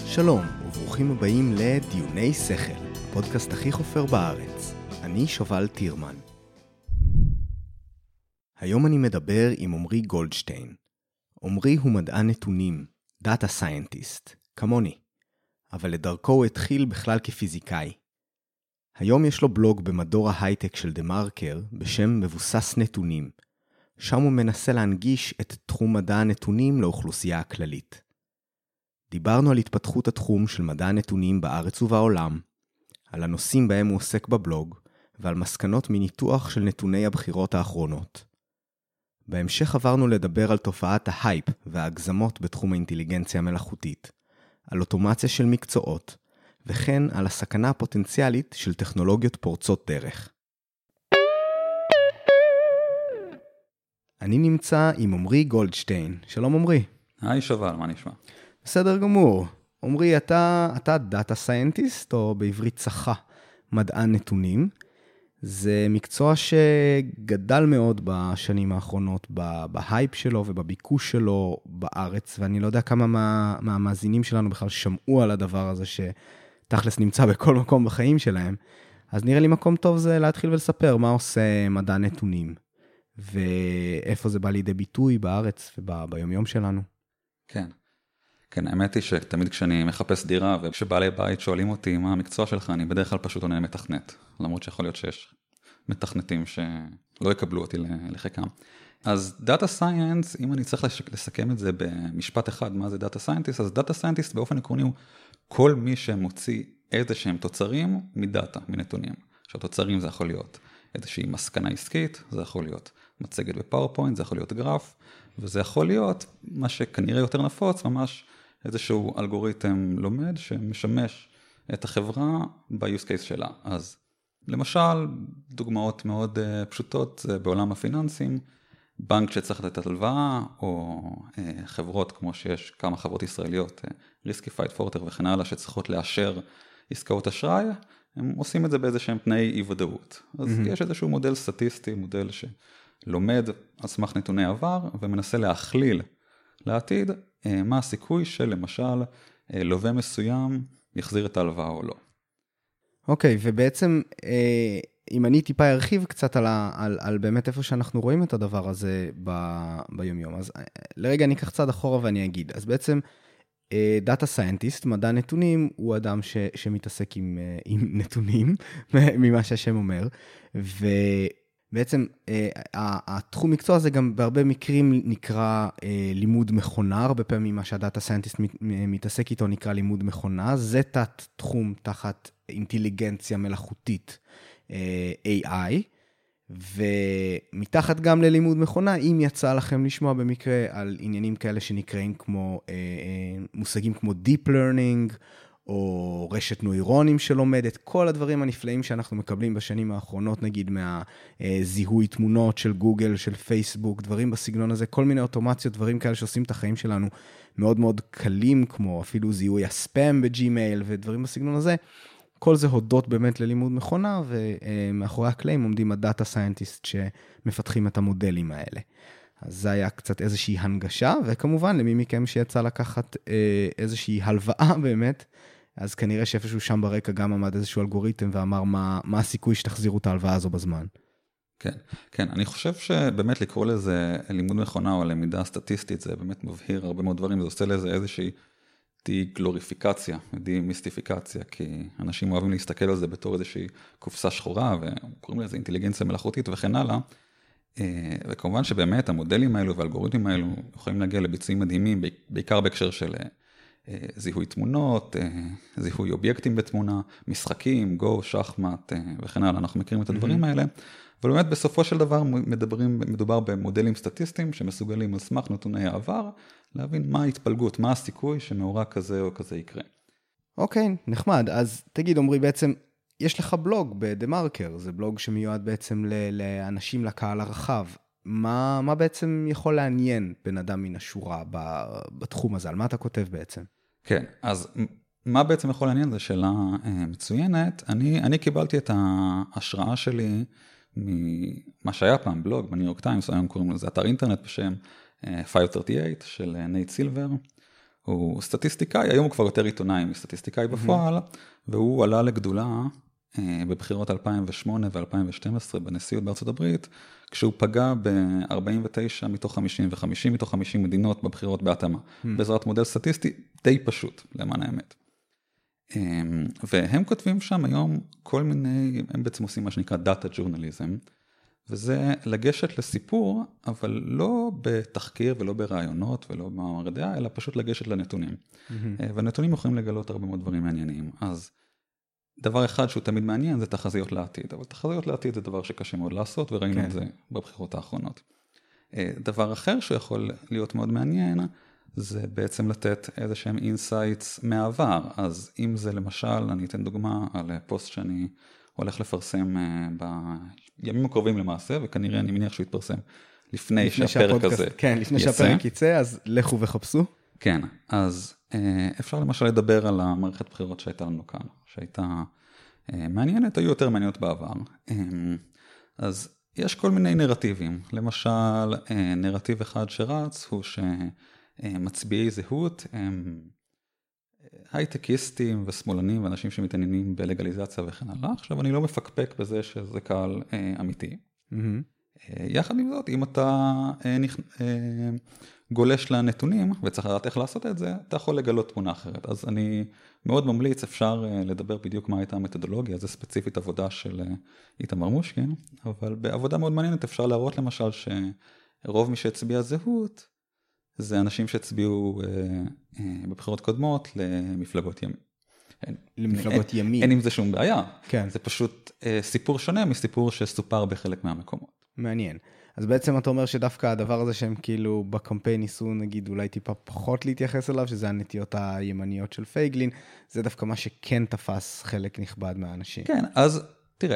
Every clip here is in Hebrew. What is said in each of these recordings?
שלום וברוכים הבאים לדיוני שכל, הפודקאסט הכי חופר בארץ. אני שובל טירמן. היום אני מדבר עם עומרי גולדשטיין. עומרי הוא מדען נתונים, דאטה סיינטיסט, כמוני, אבל לדרכו הוא התחיל בכלל כפיזיקאי. היום יש לו בלוג במדור ההייטק של דה מרקר בשם מבוסס נתונים, שם הוא מנסה להנגיש את תחום מדע הנתונים לאוכלוסייה הכללית. דיברנו על התפתחות התחום של מדע הנתונים בארץ ובעולם, על הנושאים בהם הוא עוסק בבלוג, ועל מסקנות מניתוח של נתוני הבחירות האחרונות. בהמשך עברנו לדבר על תופעת ההייפ וההגזמות בתחום האינטליגנציה המלאכותית, על אוטומציה של מקצועות, וכן על הסכנה הפוטנציאלית של טכנולוגיות פורצות דרך. אני נמצא עם עומרי גולדשטיין. שלום עומרי. היי שובל, מה נשמע? בסדר גמור. עומרי, אתה דאטה סיינטיסט, או בעברית צחה, מדען נתונים. זה מקצוע שגדל מאוד בשנים האחרונות בהייפ שלו ובביקוש שלו בארץ, ואני לא יודע כמה מהמאזינים שלנו בכלל שמעו על הדבר הזה שתכלס נמצא בכל מקום בחיים שלהם. אז נראה לי מקום טוב זה להתחיל ולספר מה עושה מדע נתונים, ואיפה זה בא לידי ביטוי בארץ וביומיום שלנו. כן, האמת היא שתמיד כשאני מחפש דירה וכשבעלי בית שואלים אותי מה המקצוע שלך, אני בדרך כלל פשוט עונה מתכנת, למרות שיכול להיות שיש מתכנתים שלא יקבלו אותי לחיקם. אז דאטה סיינס, אם אני צריך לסכם את זה במשפט אחד, מה זה דאטה סיינטיסט? אז דאטה סיינטיסט באופן עקרוני הוא כל מי שמוציא איזה שהם תוצרים מדאטה, מנתונים. שהתוצרים זה יכול להיות איזושהי מסקנה עסקית, זה יכול להיות מצגת בפאורפוינט, זה יכול להיות גרף, וזה יכול להיות מה שכנראה יותר נפוץ, ממש איזשהו אלגוריתם לומד שמשמש את החברה ב-use case שלה. אז למשל, דוגמאות מאוד פשוטות בעולם הפיננסים, בנק שצריך לתת הלוואה, או חברות כמו שיש כמה חברות ישראליות, Riskified, Forter וכן הלאה, שצריכות לאשר עסקאות אשראי, הם עושים את זה באיזה שהם תנאי אי-ודאות. אז יש איזשהו מודל סטטיסטי, מודל שלומד על סמך נתוני עבר, ומנסה להכליל לעתיד מה הסיכוי של למשל לווה מסוים יחזיר את ההלוואה או לא. אוקיי, ובעצם אם אני טיפה ארחיב קצת על באמת איפה שאנחנו רואים את הדבר הזה ביומיום, אז לרגע אני אקח צעד אחורה ואני אגיד, אז בעצם דאטה סיינטיסט, מדע נתונים, הוא אדם שמתעסק עם נתונים, ממה שהשם אומר, ובעצם התחום מקצוע הזה גם בהרבה מקרים נקרא לימוד מכונה, הרבה פעמים מה שהדאטה סיינטיסט מתעסק איתו נקרא לימוד מכונה, זה תת תחום תחת אינטליגנציה מלאכותית AI, ומתחת גם ללימוד מכונה, אם יצא לכם לשמוע במקרה על עניינים כאלה שנקראים כמו מושגים כמו Deep Learning, או רשת נוירונים שלומדת, כל הדברים הנפלאים שאנחנו מקבלים בשנים האחרונות, נגיד מהזיהוי תמונות של גוגל, של פייסבוק, דברים בסגנון הזה, כל מיני אוטומציות, דברים כאלה שעושים את החיים שלנו מאוד מאוד קלים, כמו אפילו זיהוי הספאם בג'ימייל ודברים בסגנון הזה, כל זה הודות באמת ללימוד מכונה, ומאחורי הקלעים עומדים הדאטה סיינטיסט שמפתחים את המודלים האלה. אז זה היה קצת איזושהי הנגשה, וכמובן למי מכם שיצא לקחת איזושהי הלוואה באמת, אז כנראה שאיפשהו שם ברקע גם עמד איזשהו אלגוריתם ואמר מה הסיכוי שתחזירו את ההלוואה הזו בזמן. כן, אני חושב שבאמת לקרוא לזה לימוד מכונה או למידה סטטיסטית, זה באמת מבהיר הרבה מאוד דברים, זה עושה לזה איזושהי גלוריפיקציה, מיסטיפיקציה, כי אנשים אוהבים להסתכל על זה בתור איזושהי קופסה שחורה, וקוראים לזה אינטליגנציה מלאכותית וכן הלאה, וכמובן שבאמת המודלים האלו והאלגוריתמים האלו יכולים להגיע לביצועים מדהימים, בעיקר בהקשר של זיהוי תמונות, זיהוי אובייקטים בתמונה, משחקים, גו, שחמט וכן הלאה, אנחנו מכירים את הדברים האלה, אבל באמת בסופו של דבר מדובר במודלים סטטיסטיים שמסוגלים על סמך נתוני העבר, להבין מה ההתפלגות, מה הסיכוי שמאורע כזה או כזה יקרה. אוקיי, נחמד. אז תגיד, עומרי, בעצם יש לך בלוג בדה מרקר, זה בלוג שמיועד בעצם לאנשים, לקהל הרחב. מה בעצם יכול לעניין בן אדם מן השורה בתחום הזה? על מה אתה כותב בעצם? כן, אז מה בעצם יכול לעניין? זו שאלה מצוינת. אני קיבלתי את ההשראה שלי ממה שהיה פעם בלוג בניו יורק טיימס, היום קוראים לזה אתר אינטרנט בשם 538 של נייט סילבר. הוא סטטיסטיקאי, היום הוא כבר יותר עיתונאי מסטטיסטיקאי בפועל, והוא עלה לגדולה בבחירות 2008 ו-2012 בנשיאות בארצות הברית, כשהוא פגע ב-49 מתוך 50 ו-50 מתוך 50 מדינות בבחירות בהתאמה, בעזרת מודל סטטיסטי די פשוט, למען האמת. והם כותבים שם היום כל מיני, הם בעצם עושים מה שנקרא דאטה ג'ורנליזם, וזה לגשת לסיפור, אבל לא בתחקיר ולא ברעיונות ולא במאמר דעה, אלא פשוט לגשת לנתונים. והנתונים יכולים לגלות הרבה מאוד דברים מעניינים. אז דבר אחד שהוא תמיד מעניין זה תחזיות לעתיד, אבל תחזיות לעתיד זה דבר שקשה מאוד לעשות, וראינו את זה בבחירות האחרונות. דבר אחר שיכול להיות מאוד מעניין, זה בעצם לתת איזה שהם אינסייטס מהעבר. אז אם זה למשל, אני אתן דוגמה על פוסט שאני הולך לפרסם בימים הקרובים למעשה, וכנראה אני מניח שהוא יתפרסם לפני שהפרק הזה יצא. כן, לפני שהפרק יצא, אז לכו וחפשו. כן, אז אפשר למשל לדבר על המערכת בחירות שהייתה לנו כאן, שהייתה מעניינת, היו יותר מעניינות בעבר. אז יש כל מיני נרטיבים, למשל נרטיב אחד שרץ הוא שמצביעי זהות הם הייטקיסטים ושמאלנים ואנשים שמתעניינים בלגליזציה וכן הלאה. עכשיו אני לא מפקפק בזה שזה קהל אמיתי. יחד עם זאת, אם אתה גולש לנתונים וצריך לדעת איך לעשות את זה, אתה יכול לגלות תמונה אחרת. אז אני מאוד ממליץ, אפשר לדבר בדיוק מה הייתה המתודולוגיה, זה ספציפית עבודה של איתמר מושקין, אבל בעבודה מאוד מעניינת אפשר להראות למשל שרוב מי שהצביע זהות, זה אנשים שהצביעו בבחירות קודמות למפלגות ימין. למפלגות ימין. אין עם זה שום בעיה. כן. זה פשוט סיפור שונה מסיפור שסופר בחלק מהמקומות. מעניין. אז בעצם אתה אומר שדווקא הדבר הזה שהם כאילו בקמפיין ניסו נגיד אולי טיפה פחות להתייחס אליו, שזה הנטיות הימניות של פייגלין, זה דווקא מה שכן תפס חלק נכבד מהאנשים. כן, אז תראה,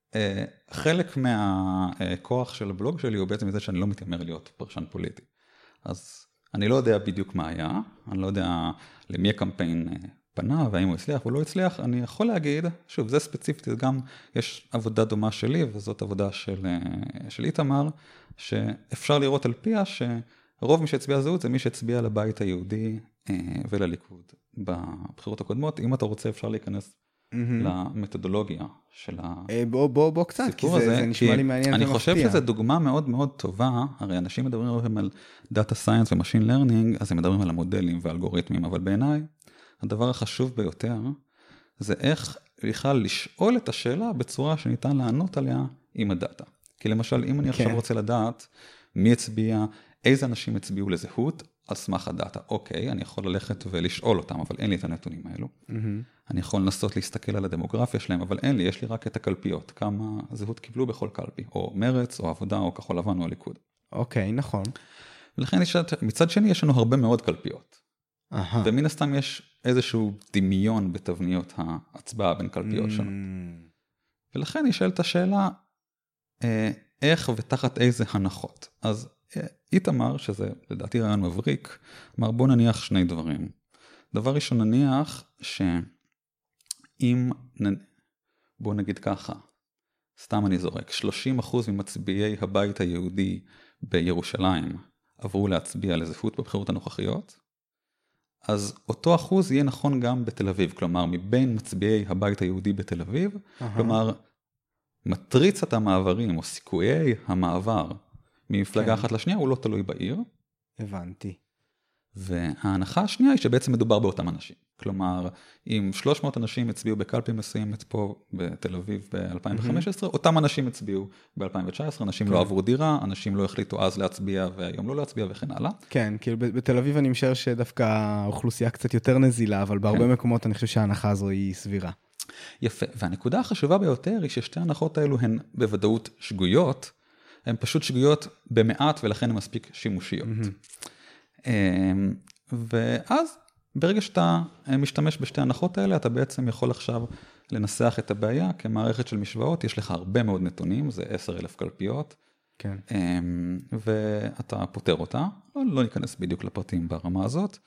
חלק מהכוח של הבלוג שלי הוא בעצם מזה שאני לא מתיימר להיות פרשן פוליטי. אז אני לא יודע בדיוק מה היה, אני לא יודע למי הקמפיין פנה, והאם הוא הצליח או לא הצליח, אני יכול להגיד, שוב, זה ספציפית, גם יש עבודה דומה שלי, וזאת עבודה של איתמר, שאפשר לראות על פיה שרוב מי שהצביע זהות זה מי שהצביע לבית היהודי ולליכוד בבחירות הקודמות. אם אתה רוצה אפשר להיכנס למתודולוגיה של בוא קצת, כי זה נשמע לי מעניין ומפתיע. אני חושב שזו דוגמה מאוד מאוד טובה, הרי אנשים מדברים על Data Science ו-Machine Learning, אז הם מדברים על המודלים ואלגוריתמים, אבל בעיניי, הדבר החשוב ביותר, זה איך בכלל לשאול את השאלה בצורה שניתן לענות עליה עם הדאטה. כי למשל, אם אני עכשיו רוצה לדעת מי הצביע, איזה אנשים הצביעו לזהות, על סמך הדאטה. אוקיי, אני יכול ללכת ולשאול אותם, אבל אין לי את הנתונים האלו. אני יכול לנסות להסתכל על הדמוגרפיה שלהם, אבל אין לי, יש לי רק את הקלפיות. כמה זהות קיבלו בכל קלפי, או מרץ, או עבודה, או כחול לבן, או הליכוד. אוקיי, נכון. ולכן מצד שני יש לנו הרבה מאוד קלפיות. ומן הסתם יש איזשהו דמיון בתבניות ההצבעה בין קלפיות שונות. ולכן נשאלת השאלה, איך ותחת איזה הנחות. אז איתמר, שזה לדעתי רעיון מבריק, אמר בוא נניח שני דברים. דבר ראשון נניח שאם, בוא נגיד ככה, סתם אני זורק, 30% ממצביעי הבית היהודי בירושלים עברו להצביע לזהות בבחירות הנוכחיות, אז אותו אחוז יהיה נכון גם בתל אביב, כלומר מבין מצביעי הבית היהודי בתל אביב, כלומר מטריצת המעברים או סיכויי המעבר ממפלגה אחת לשנייה הוא לא תלוי בעיר. הבנתי. וההנחה השנייה היא שבעצם מדובר באותם אנשים. כלומר, אם 300 אנשים הצביעו בקלפי מסוימת פה בתל אביב ב-2015, אותם אנשים הצביעו ב-2019, אנשים לא עברו דירה, אנשים לא החליטו אז להצביע והיום לא להצביע וכן הלאה. כן, כאילו בתל אביב אני משער שדווקא האוכלוסייה קצת יותר נזילה, אבל בהרבה מקומות אני חושב שההנחה הזו היא סבירה. יפה, והנקודה החשובה ביותר היא ששתי ההנחות האלו הן בוודאות שגויות, הן פשוט שגויות במעט ולכן הן מספיק שימושיות. ואז ברגע שאתה משתמש בשתי ההנחות האלה, אתה בעצם יכול עכשיו לנסח את הבעיה כמערכת של משוואות, יש לך הרבה מאוד נתונים, זה 10,000 קלפיות, כן. ואתה פותר אותה, לא ניכנס בדיוק לפרטים ברמה הזאת,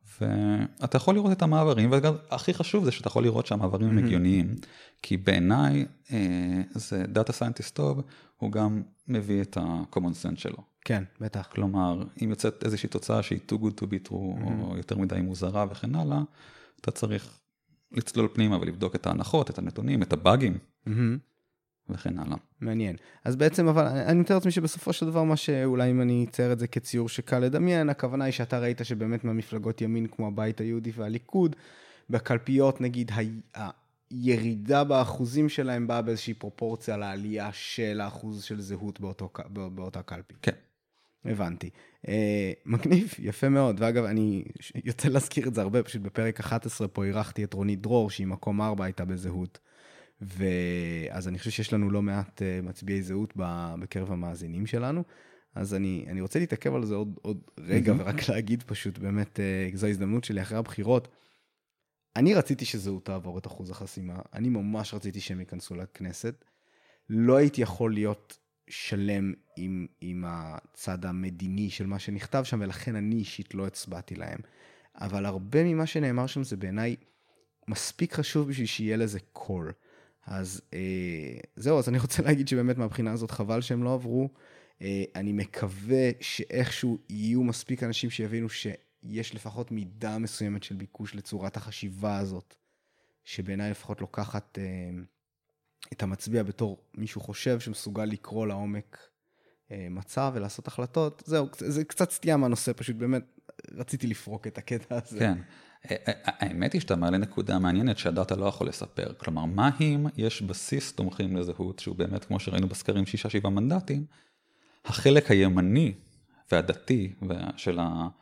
ואתה יכול לראות את המעברים, והכי חשוב זה שאתה יכול לראות שהמעברים הם הגיוניים, כי בעיניי זה דאטה סיינטיסט טוב, הוא גם מביא את ה-common sense שלו. כן, בטח. כלומר, אם יוצאת איזושהי תוצאה שהיא too good to be true, או יותר מדי מוזרה וכן הלאה, אתה צריך לצלול פנימה ולבדוק את ההנחות, את הנתונים, את הבאגים, וכן הלאה. מעניין. אז בעצם, אבל אני מתאר לעצמי שבסופו של דבר, מה שאולי אם אני אצייר את זה כציור שקל לדמיין, הכוונה היא שאתה ראית שבאמת מהמפלגות ימין, כמו הבית היהודי והליכוד, בקלפיות, נגיד, הירידה באחוזים שלהם באה באיזושהי פרופורציה לעלייה של האחוז של זהות באותה קלפי. כן. הבנתי. מגניב, יפה מאוד. ואגב, אני יוצא להזכיר את זה הרבה, פשוט בפרק 11 פה אירחתי את רונית דרור, שהיא מקום 4 הייתה בזהות. ואז אני חושב שיש לנו לא מעט מצביעי זהות בקרב המאזינים שלנו. אז אני רוצה להתעכב על זה עוד רגע, ורק להגיד פשוט, באמת, זו ההזדמנות שלי אחרי הבחירות. אני רציתי שזהות תעבור את אחוז החסימה. אני ממש רציתי שהם ייכנסו לכנסת. לא הייתי יכול להיות שלם עם הצד המדיני של מה שנכתב שם, ולכן אני אישית לא הצבעתי להם. אבל הרבה ממה שנאמר שם זה בעיניי מספיק חשוב בשביל שיהיה לזה קול. אז זהו, אז אני רוצה להגיד שבאמת מהבחינה הזאת חבל שהם לא עברו. אני מקווה שאיכשהו יהיו מספיק אנשים שיבינו שיש לפחות מידה מסוימת של ביקוש לצורת החשיבה הזאת, שבעיניי לפחות לוקחת את המצביע בתור מישהו חושב שמסוגל לקרוא לעומק מצב ולעשות החלטות. זהו, זה קצת סטייה מהנושא, פשוט באמת רציתי לפרוק את הקטע הזה. כן. האמת היא שאתה מעלה נקודה מעניינת שהדאטה לא יכול לספר. כלומר, מה אם יש בסיס תומכים לזהות, שהוא באמת, כמו שראינו בסקרים 6-7 מנדטים, החלק הימני והדתי של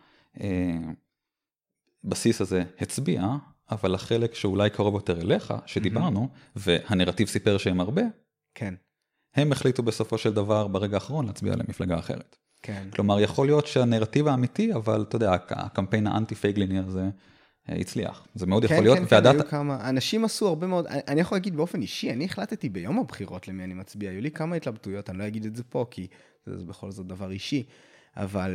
הבסיס הזה הצביע, אבל החלק שאולי קרוב יותר אליך, שדיברנו, והנרטיב סיפר שהם הרבה, כן. הם החליטו בסופו של דבר ברגע האחרון להצביע למפלגה אחרת. כן. כלומר, יכול להיות שהנרטיב האמיתי, אבל אתה יודע, הקמפיין האנטי-פייגליני הזה הצליח. זה מאוד יכול להיות. כן, היו כמה. אנשים עשו הרבה מאוד, אני יכול להגיד באופן אישי, אני החלטתי ביום הבחירות למי אני מצביע, היו לי כמה התלבטויות, אני לא אגיד את זה פה, כי זה בכל זאת דבר אישי, אבל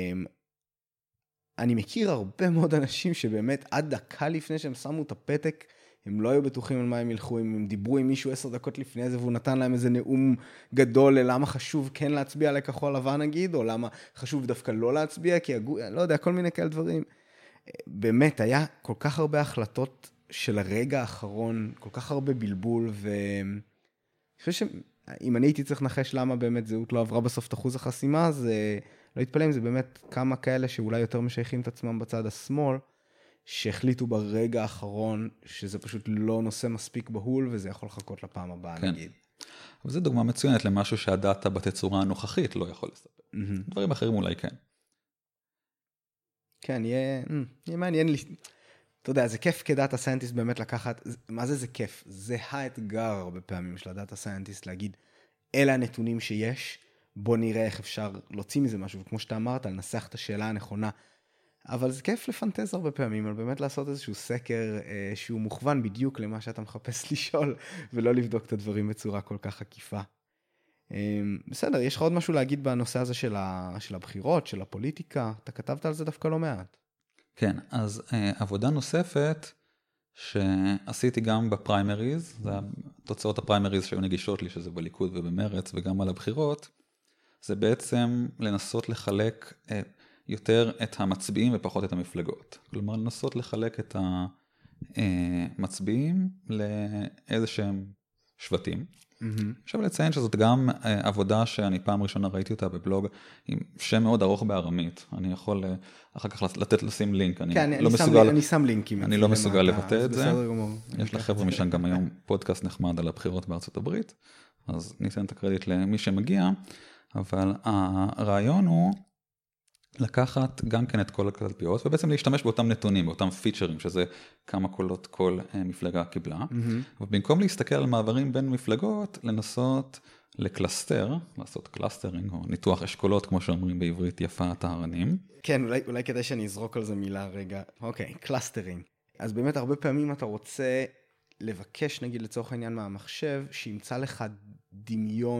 אני מכיר הרבה מאוד אנשים שבאמת עד דקה לפני שהם שמו את הפתק, הם לא היו בטוחים על מה הם ילכו, אם הם דיברו עם מישהו 10 דקות לפני זה, והוא נתן להם איזה נאום גדול, למה חשוב כן להצביע לכחול לבן נגיד, או למה חשוב דווקא לא להצביע, כי לא יודע, כל מיני כאלה דברים. באמת, היה כל כך הרבה החלטות של הרגע האחרון, כל כך הרבה בלבול, ואני חושב שאם אני הייתי צריך לנחש למה באמת זהות לא עברה בסוף את אחוז החסימה, אז לא התפלא אם זה באמת כמה כאלה שאולי יותר משייכים את עצמם בצד השמאל, שהחליטו ברגע האחרון שזה פשוט לא נושא מספיק בהול, וזה יכול לחכות לפעם הבאה, כן. נגיד. אבל זו דוגמה מצוינת למשהו שהדאטה בתצורה הנוכחית לא יכול לספר. דברים אחרים אולי כן. כן, יהיה מעניין לי. אתה יודע, זה כיף כדאטה סיינטיסט באמת לקחת, מה זה כיף? זה האתגר הרבה פעמים של הדאטה סיינטיסט להגיד, אלה הנתונים שיש, בוא נראה איך אפשר להוציא מזה משהו, וכמו שאתה אמרת, לנסח את השאלה הנכונה, אבל זה כיף לפנטז הרבה פעמים, על באמת לעשות איזשהו סקר שהוא מוכוון בדיוק למה שאתה מחפש לשאול, ולא לבדוק את הדברים בצורה כל כך עקיפה. בסדר, יש לך עוד משהו להגיד בנושא הזה של הבחירות, של הפוליטיקה? אתה כתבת על זה דווקא לא מעט. כן, אז עבודה נוספת שעשיתי גם בפריימריז, זה תוצאות הפריימריז שהיו נגישות לי, שזה בליכוד ובמרץ, וגם על הבחירות, זה בעצם לנסות לחלק יותר את המצביעים ופחות את המפלגות. כלומר, לנסות לחלק את המצביעים לאיזה שהם שבטים. עכשיו לציין שזאת גם עבודה שאני פעם ראשונה ראיתי אותה בבלוג עם שם מאוד ארוך בארמית. אני יכול אחר כך לשים לינק. אני שם לינקים. אני לא מסוגל לבטא את זה. יש לחבר'ה משם גם היום פודקאסט נחמד על הבחירות בארצות הברית, אז ניתן את הקרדיט למי שמגיע, אבל הרעיון הוא לקחת גם כן את כל הקלפיות, ובעצם להשתמש באותם נתונים, באותם פיצ'רים, שזה כמה קולות כל מפלגה קיבלה. ובמקום להסתכל על מעברים בין מפלגות, לנסות לקלסטר, לעשות קלסטרינג, או ניתוח אשכולות, כמו שאומרים בעברית יפה, טהרנים. כן, אולי כדאי שאני אזרוק על זה מילה רגע. אוקיי, קלסטרינג. אז באמת הרבה פעמים אתה רוצה לבקש, נגיד לצורך העניין מהמחשב, שימצא לך דמיון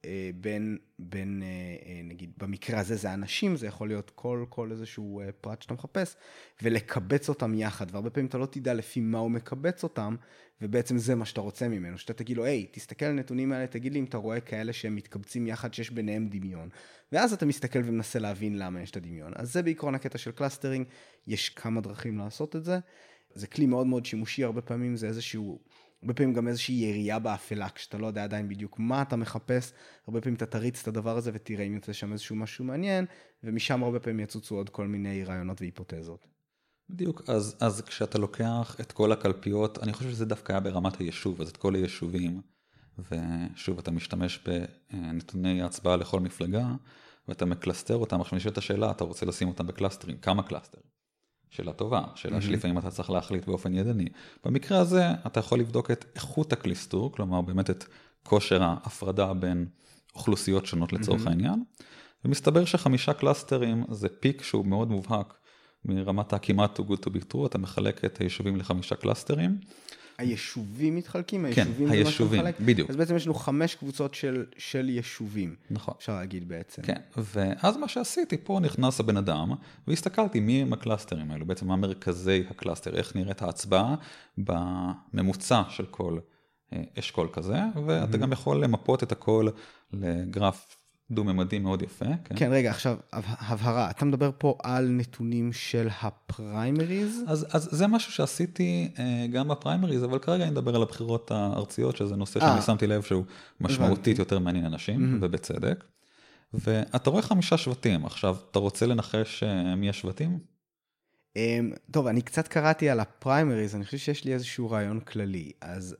בין נגיד, במקרה הזה זה אנשים, זה יכול להיות כל איזשהו פרט שאתה מחפש, ולקבץ אותם יחד, והרבה פעמים אתה לא תדע לפי מה הוא מקבץ אותם, ובעצם זה מה שאתה רוצה ממנו, שאתה תגיד לו, היי, תסתכל על הנתונים האלה, תגיד לי אם אתה רואה כאלה שהם מתקבצים יחד, שיש ביניהם דמיון, ואז אתה מסתכל ומנסה להבין למה יש את הדמיון. אז זה בעיקרון הקטע של קלאסטרינג, יש כמה דרכים לעשות את זה, זה כלי מאוד מאוד שימושי, הרבה פעמים זה הרבה פעמים גם איזושהי ירייה באפלה, כשאתה לא יודע עדיין בדיוק מה אתה מחפש, הרבה פעמים אתה תריץ את הדבר הזה ותראה אם יוצא שם איזשהו משהו מעניין, ומשם הרבה פעמים יצוצו עוד כל מיני רעיונות והיפותזות. בדיוק, אז כשאתה לוקח את כל הקלפיות, אני חושב שזה דווקא היה ברמת היישוב, אז את כל היישובים, ושוב, אתה משתמש בנתוני ההצבעה לכל מפלגה, ואתה מקלסטר אותם, עכשיו נשאלת השאלה, אתה רוצה לשים אותם בקלאסטרים, כמה קלאסטרים? שאלה טובה, שאלה שלפעמים אתה צריך להחליט באופן ידני. במקרה הזה, אתה יכול לבדוק את איכות הקליסטור, כלומר באמת את כושר ההפרדה בין אוכלוסיות שונות לצורך העניין, ומסתבר ש5 קלאסטרים זה פיק שהוא מאוד מובהק, מרמת הכמעט too good to be true, אתה מחלק את היישובים ל5 קלאסטרים. היישובים מתחלקים? כן, היישובים, בדיוק. אז בעצם יש לנו 5 קבוצות של יישובים. נכון. אפשר להגיד בעצם. כן, ואז מה שעשיתי, פה נכנס הבן אדם, והסתכלתי מי הם הקלאסטרים האלו, בעצם מה מרכזי הקלאסטר, איך נראית ההצבעה בממוצע של כל אשכול כזה, ואתה גם יכול למפות את הכל לגרף דו-ממדי מאוד יפה. כן, רגע, עכשיו, הבהרה, אתה מדבר פה על נתונים של הפריימריז? אז זה משהו שעשיתי גם בפריימריז, אבל כרגע אני מדבר על הבחירות הארציות, שזה נושא שאני שמתי לב שהוא משמעותית יותר מעניין אנשים, ובצדק. ואתה רואה 5 שבטים, עכשיו, אתה רוצה לנחש מי השבטים? טוב, אני קצת קראתי על הפריימריז, אני חושב שיש לי איזשהו רעיון כללי, אז,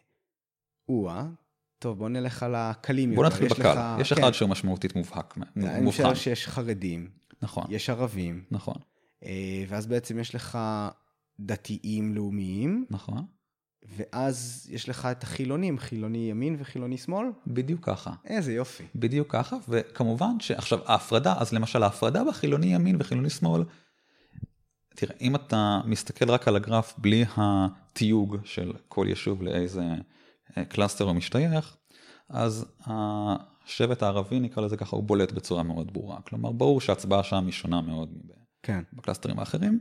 טוב, בוא נלך על הקלים. בוא נתחיל בקל. יש אחד שהוא משמעותית מובהק. אני חושב שיש חרדים. נכון. יש ערבים. נכון. ואז בעצם יש לך דתיים לאומיים. נכון. ואז יש לך את החילונים, חילוני ימין וחילוני שמאל. בדיוק ככה. איזה יופי. בדיוק ככה, וכמובן שעכשיו ההפרדה, אז למשל ההפרדה בחילוני ימין וחילוני שמאל, תראה, אם אתה מסתכל רק על הגרף בלי התיוג של כל יישוב לאיזה קלאסטר הוא משתייך, אז השבט הערבי, נקרא לזה ככה, הוא בולט בצורה מאוד ברורה. כלומר, ברור שההצבעה שם היא שונה מאוד בקלאסטרים האחרים.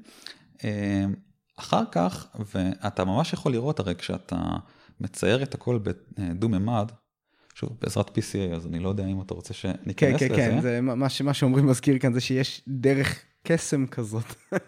אחר כך, ואתה ממש יכול לראות הרי כשאתה מצייר את הכל בדו-ממד, שוב, בעזרת PCA, אז אני לא יודע אם אתה רוצה שניכנס לזה. כן, זה מה שאומרים מזכיר כאן, זה שיש דרך קסם כזאת.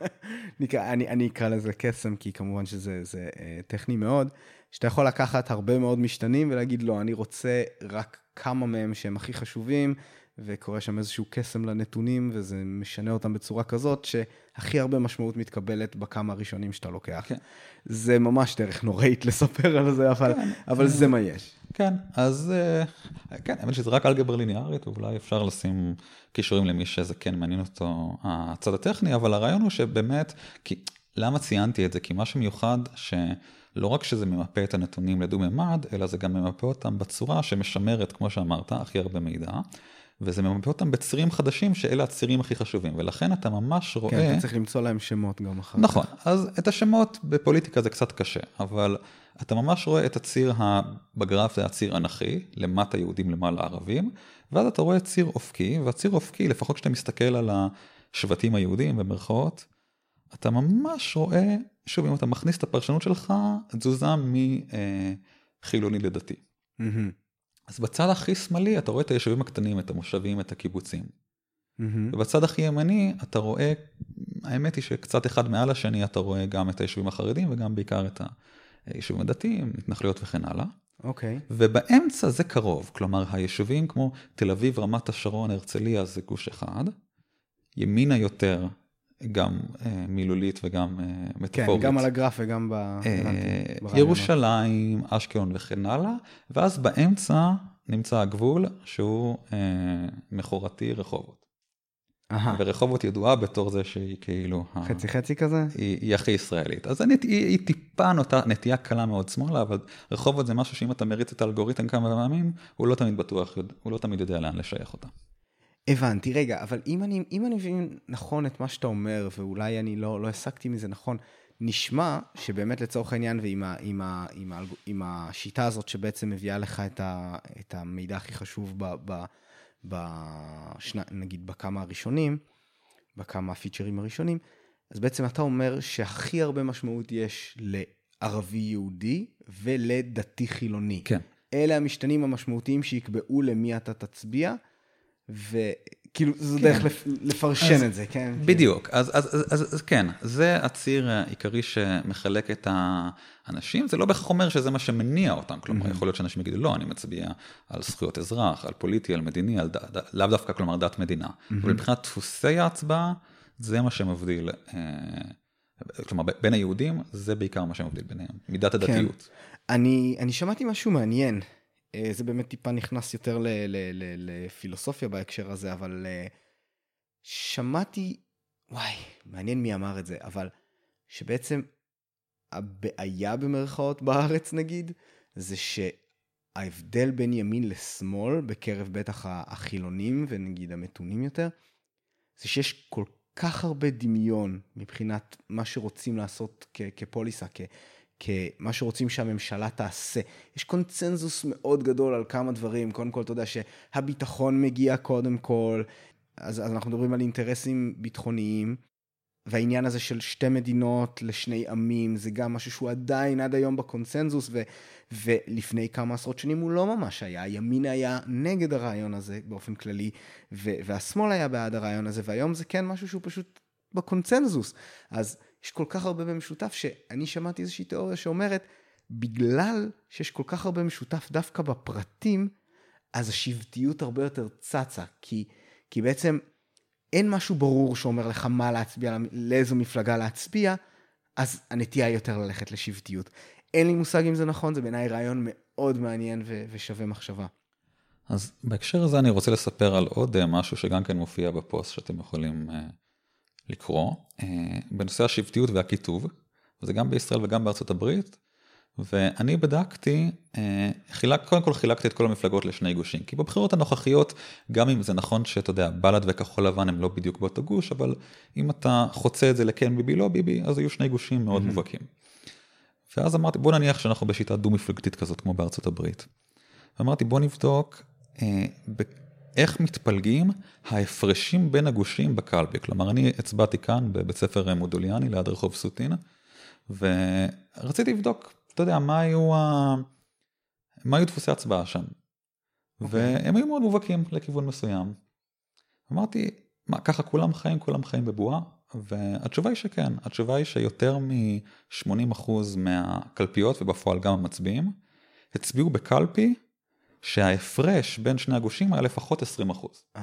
אני אקרא לזה קסם, כי כמובן שזה טכני מאוד, שאתה יכול לקחת הרבה מאוד משתנים ולהגיד לו, אני רוצה רק כמה מהם שהם הכי חשובים, וקורה שם איזשהו קסם לנתונים, וזה משנה אותם בצורה כזאת, שהכי הרבה משמעות מתקבלת בכמה הראשונים שאתה לוקח. כן. זה ממש דרך נוראית לספר על זה, אבל זה מה יש. כן, אז כן, האמת שזה רק אלגברה ליניארית, ואולי אפשר לשים קישורים למי שזה כן מעניין אותו הצד הטכני, אבל הרעיון הוא שבאמת, למה ציינתי את זה? כי מה שמיוחד שלא רק שזה ממפה את הנתונים לדו-ממד, אלא זה גם ממפה אותם בצורה שמשמרת, כמו שאמרת, הכי הרבה מידע, וזה ממפה אותם בצירים חדשים, שאלה הצירים הכי חשובים, ולכן אתה ממש רואה... כן, אתה צריך למצוא להם שמות גם אחר כך. נכון, אז את השמות בפוליטיקה זה קצת קשה, אבל אתה ממש רואה את הציר בגרף, זה הציר אנכי, למטה יהודים למעלה ערבים, ואז אתה רואה ציר אופקי, והציר אופקי, לפחות כשאתה מסתכל על השבטים היהודים במרכאות, אתה ממש רואה, שוב, אם אתה מכניס את הפרשנות שלך, תזוזה מחילוני לדתי. אז בצד הכי שמאלי אתה רואה את היישובים הקטנים, את המושבים, את הקיבוצים. ובצד הכי ימני אתה רואה, האמת היא שקצת אחד מעל השני אתה רואה גם את היישובים החרדים וגם בעיקר את היישובים הדתיים, התנחלויות וכן הלאה. אוקיי. ובאמצע זה קרוב, כלומר היישובים כמו תל אביב, רמת השרון, הרצליה זה גוש אחד, ימינה יותר גם מילולית וגם מטאפורית. כן, גם על הגרף וגם ירושלים, אשקלון וכן הלאה, ואז באמצע נמצא הגבול שהוא מכורתי רחובות. ורחובות ידועה בתור זה שהיא כאילו... חצי כזה? היא הכי ישראלית. אז היא טיפה נטייה קלה מאוד שמאלה, אבל רחובות זה משהו שאם אתה מריץ את האלגוריתם כמה פעמים, הוא לא תמיד בטוח, הוא לא תמיד יודע לאן לשייך אותה. הבנתי, רגע, אבל אם אני מבין נכון את מה שאתה אומר, ואולי אני לא הסקתי מזה נכון, נשמע שבאמת לצורך העניין ועם השיטה הזאת שבעצם מביאה לך את המידע הכי חשוב נגיד בכמה הראשונים, בכמה הפיצ'רים הראשונים, אז בעצם אתה אומר שהכי הרבה משמעות יש לערבי יהודי ולדתי חילוני. כן. אלה המשתנים המשמעותיים שיקבעו למי אתה תצביע, וכאילו זו דרך לפרשן את זה, כן? בדיוק, אז כן, זה הציר העיקרי שמחלק את האנשים, זה לא בהכרח אומר שזה מה שמניע אותם, כלומר, יכול להיות שאנשים יגידו, לא, אני מצביע על זכויות אזרח, על פוליטי, על מדיני, לאו דווקא, כלומר, דת מדינה. אבל מבחינת דפוסי ההצבעה, זה מה שמבדיל, כלומר, בין היהודים, זה בעיקר מה שמבדיל ביניהם, מידת הדתיות. אני שמעתי משהו מעניין, זה באמת טיפה נכנס יותר לפילוסופיה בהקשר הזה, אבל שמעתי, וואי, מעניין מי אמר את זה, אבל שבעצם הבעיה במרכאות בארץ נגיד, זה שההבדל בין ימין לשמאל, בקרב בטח החילונים ונגיד המתונים יותר, זה שיש כל כך הרבה דמיון מבחינת מה שרוצים לעשות כפוליסה, כמה שרוצים שהממשלה תעשה. יש קונצנזוס מאוד גדול על כמה דברים. קודם כל, אתה יודע שהביטחון מגיע קודם כל, אז אנחנו מדברים על אינטרסים ביטחוניים, והעניין הזה של שתי מדינות לשני עמים, זה גם משהו שהוא עדיין עד היום בקונצנזוס, ולפני כמה עשרות שנים הוא לא ממש היה. הימין היה נגד הרעיון הזה באופן כללי, והשמאל היה בעד הרעיון הזה, והיום זה כן משהו שהוא פשוט בקונצנזוס. אז יש כל כך הרבה במשותף, שאני שמעתי איזושהי תיאוריה שאומרת, בגלל שיש כל כך הרבה משותף דווקא בפרטים, אז השבטיות הרבה יותר צצה, כי בעצם אין משהו ברור שאומר לך מה להצביע, לאיזו מפלגה להצביע, אז הנטייה היא יותר ללכת לשבטיות. אין לי מושג אם זה נכון, זה בעיניי רעיון מאוד מעניין ושווה מחשבה. אז בהקשר הזה אני רוצה לספר על עוד משהו שגם כן מופיע בפוסט שאתם יכולים לקרוא, בנושא השבטיות והכיתוב, וזה גם בישראל וגם בארצות הברית, ואני בדקתי, קודם כל חילקתי את כל המפלגות לשני גושים, כי בבחירות הנוכחיות, גם אם זה נכון שאתה יודע, בל"ד וכחול לבן הם לא בדיוק באותו גוש, אבל אם אתה חוצה את זה לכן ביבי לא ביבי, אז היו שני גושים מאוד מובהקים. ואז אמרתי, בוא נניח שאנחנו בשיטה דו-מפלגתית כזאת, כמו בארצות הברית. ואמרתי, בוא נבדוק איך מתפלגים ההפרשים בין הגושים בקלפי. כלומר, אני הצבעתי כאן בבית ספר מודוליאני ליד רחוב סוטין, ורציתי לבדוק, אתה יודע, מה היו דפוסי הצבעה שם. והם היו מאוד מובהקים לכיוון מסוים. אמרתי, מה, ככה כולם חיים בבועה? והתשובה היא שכן, התשובה היא שיותר מ-80% מהקלפיות, ובפועל גם המצביעים, הצביעו בקלפי, שההפרש בין שני הגושים היה לפחות 20%.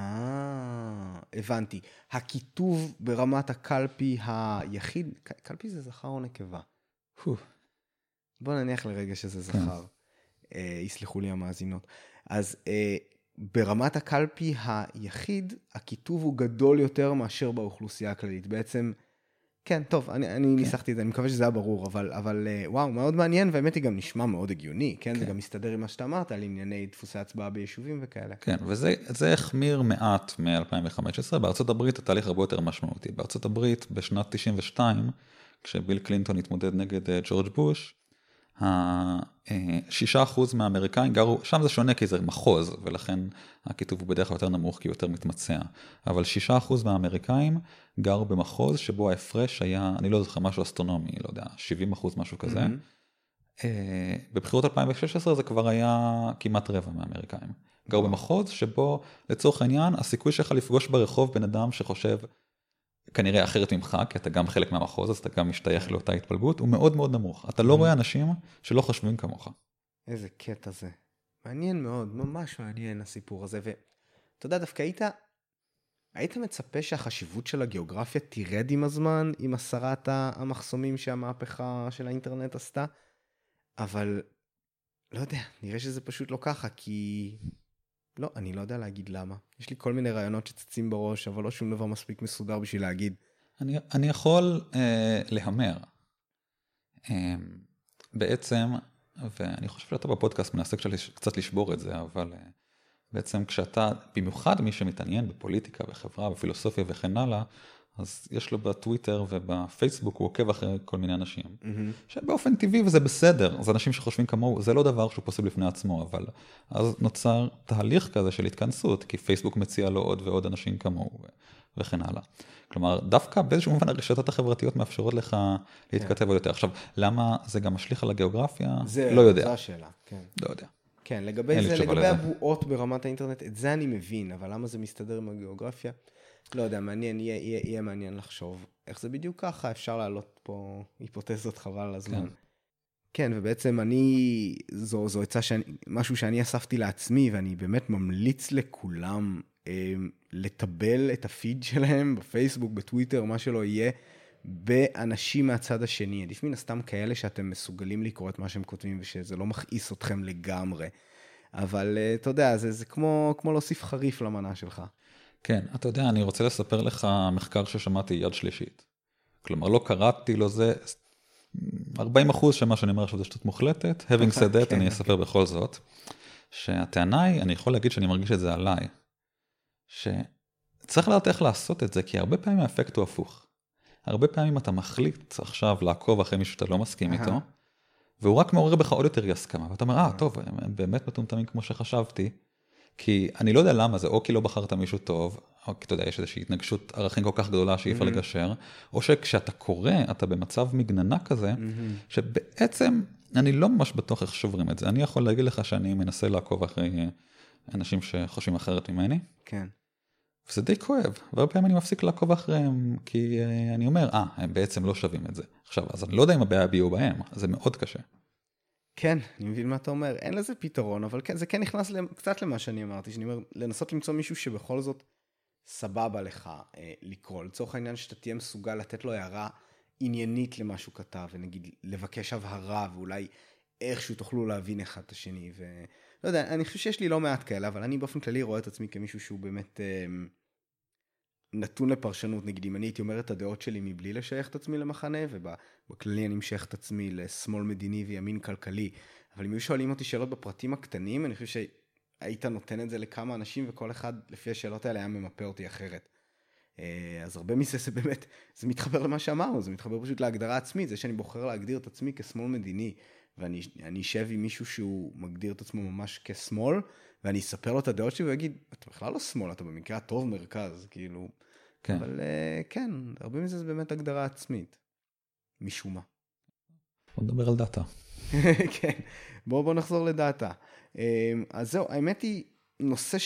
הבנתי. הכיתוב ברמת הקלפי היחיד, קלפי זה זכר או נקבה? בוא נניח לרגע שזה זכר. יסלחו לי המאזינות. אז ברמת הקלפי היחיד, הכיתוב הוא גדול יותר מאשר באוכלוסייה הכללית. בעצם, כן, טוב, אני ניסחתי את זה, אני מקווה שזה היה ברור, אבל וואו, מאוד מעניין, והאמת היא גם נשמע מאוד הגיוני, כן? זה גם מסתדר עם מה שאתה אמרת, על ענייני דפוסי הצבעה ביישובים וכאלה. כן, וזה החמיר מעט מ-2015, בארצות הברית התהליך הרבה יותר משמעותי. בארצות הברית, בשנת 92, כשביל קלינטון התמודד נגד ג'ורג' בוש, 6% מהאמריקאים גרו, שם זה שונה כי זה מחוז, ולכן הכיתוב הוא בדרך כלל יותר נמוך כי הוא יותר מתמצע. אבל 6% מהאמריקאים גרו במחוז שבו ההפרש היה, אני לא זוכר משהו אסטרונומי, לא יודע, 70% משהו כזה. בבחירות 2016 זה כבר היה כמעט רבע מהאמריקאים. גרו במחוז שבו לצורך העניין הסיכוי שלך לפגוש ברחוב בן אדם שחושב כנראה אחרת ממך, כי אתה גם חלק מהמחוז, אז אתה גם משתייך לאותה התפלגות, הוא מאוד מאוד נמוך. אתה לא רואה אנשים שלא חושבים כמוך. איזה קטע זה. מעניין מאוד, ממש מעניין הסיפור הזה. ואתה יודע, דווקא היית מצפה שהחשיבות של הגיאוגרפיה תירד עם הזמן, עם הסרת המחסומים שהמהפכה של האינטרנט עשתה, אבל לא יודע, נראה שזה פשוט לא ככה, כי לא, אני לא יודע להגיד למה. יש לי כל מיני רעיונות שצצים בראש, אבל לא שום דבר מספיק מסודר בשביל להגיד. אני יכול להמר. בעצם, ואני חושב שאתה בפודקאסט מנסה קצת לשבור את זה, אבל בעצם כשאתה, במיוחד מי שמתעניין בפוליטיקה וחברה ופילוסופיה וכן הלאה, אז יש לו בטוויטר ובפייסבוק, הוא עוקב אחרי כל מיני אנשים, שבאופן טבעי וזה בסדר, זה אנשים שחושבים כמוהו, זה לא דבר שהוא פוסל בפני עצמו, אבל אז נוצר תהליך כזה של התכנסות, כי פייסבוק מציע לו עוד ועוד אנשים כמוהו, וכן הלאה. כלומר, דווקא באיזשהו מובן הרשתות החברתיות מאפשרות לך להתכתב עוד יותר. עכשיו, למה זה גם משליך על הגיאוגרפיה? לא יודע. זו השאלה, כן. לא יודע. כן, לגבי הבועות ברמת האינטרנט, את זה אני מבין, אבל למה זה מסתדר עם הגיאוגרפיה? לא יודע, מעניין, יהיה מעניין לחשוב איך זה בדיוק ככה, אפשר להעלות פה היפותזות חבל על הזמן. כן, ובעצם זו עצה משהו שאני אספתי לעצמי, ואני באמת ממליץ לכולם לטבל את הפיד שלהם בפייסבוק, בטוויטר, מה שלא יהיה, באנשים מהצד השני. עדיף מן הסתם כאלה שאתם מסוגלים לקרוא את מה שהם כותבים, ושזה לא מכעיס אתכם לגמרי. אבל אתה יודע, זה כמו להוסיף חריף למנה שלך. כן, אתה יודע, אני רוצה לספר לך מחקר ששמעתי יד שלישית. כלומר, לא קראתי לו זה, 40% שמה שאני אומר עכשיו זה שטות מוחלטת, having said that, אני אספר בכל זאת, שהטענה היא, אני יכול להגיד שאני מרגיש את זה עליי, שצריך לדעת איך לעשות את זה, כי הרבה פעמים האפקט הוא הפוך. הרבה פעמים אתה מחליט עכשיו לעקוב אחרי מישהו שאתה לא מסכים איתו, והוא רק מעורר בך עוד יותר אי הסכמה, ואתה אומר, טוב, הם באמת מטומטמים כמו שחשבתי, כי אני לא יודע למה זה, או כי לא בחרת מישהו טוב, או כי אתה יודע, יש איזושהי התנגשות ערכים כל כך גדולה שאי אפשר לגשר, או שכשאתה קורא, אתה במצב מגננה כזה, שבעצם אני לא ממש בטוח איך שוברים את זה. אני יכול להגיד לך שאני מנסה לעקוב אחרי אנשים שחושבים אחרת ממני. כן. וזה די כואב, והרבה פעמים אני מפסיק לעקוב אחריהם, כי אני אומר, הם בעצם לא שווים את זה. עכשיו, אז אני לא יודע אם הבעיה ביהו בהם, זה מאוד קשה. כן, אני מבין מה אתה אומר. אין לזה פתרון, אבל כן, זה כן נכנס קצת למה שאני אמרתי, שאני אומר, לנסות למצוא מישהו שבכל זאת סבבה לך לקרוא. לצורך העניין שאתה תהיה מסוגל לתת לו הערה עניינית למה שהוא כתב, ונגיד לבקש הבהרה, ואולי איכשהו תוכלו להבין אחד את השני. ולא יודע, אני חושב שיש לי לא מעט כאלה, אבל אני באופן כללי רואה את עצמי כמישהו שהוא באמת נתון לפרשנות. נגיד, אם אני הייתי אומר את הדעות שלי מבלי לשייך את עצמי למחנה, ובכללי אני משייך את עצמי לשמאל מדיני וימין כלכלי, אבל אם היו שואלים אותי שאלות בפרטים הקטנים, אני חושב שהיית נותן את זה לכמה אנשים, וכל אחד לפי השאלות האלה היה ממפה אותי אחרת. אז הרבה מזה זה באמת, זה מתחבר למה שאמרנו, זה מתחבר פשוט להגדרה עצמית, זה שאני בוחר להגדיר את עצמי כשמאל מדיני, ואני אשב עם מישהו שהוא מגדיר את עצמו ממש כשמאל, ואני אספר לו את הדעות שלי ויגיד, אתה בכלל לא שמאל, אתה במקרה הטוב מרכז, כאילו. כן. אבל כן, הרבה מזה זה באמת הגדרה עצמית. משום מה. בוא נדבר על דאטה. כן, בוא נחזור לדאטה. אז זהו, האמת היא, נושא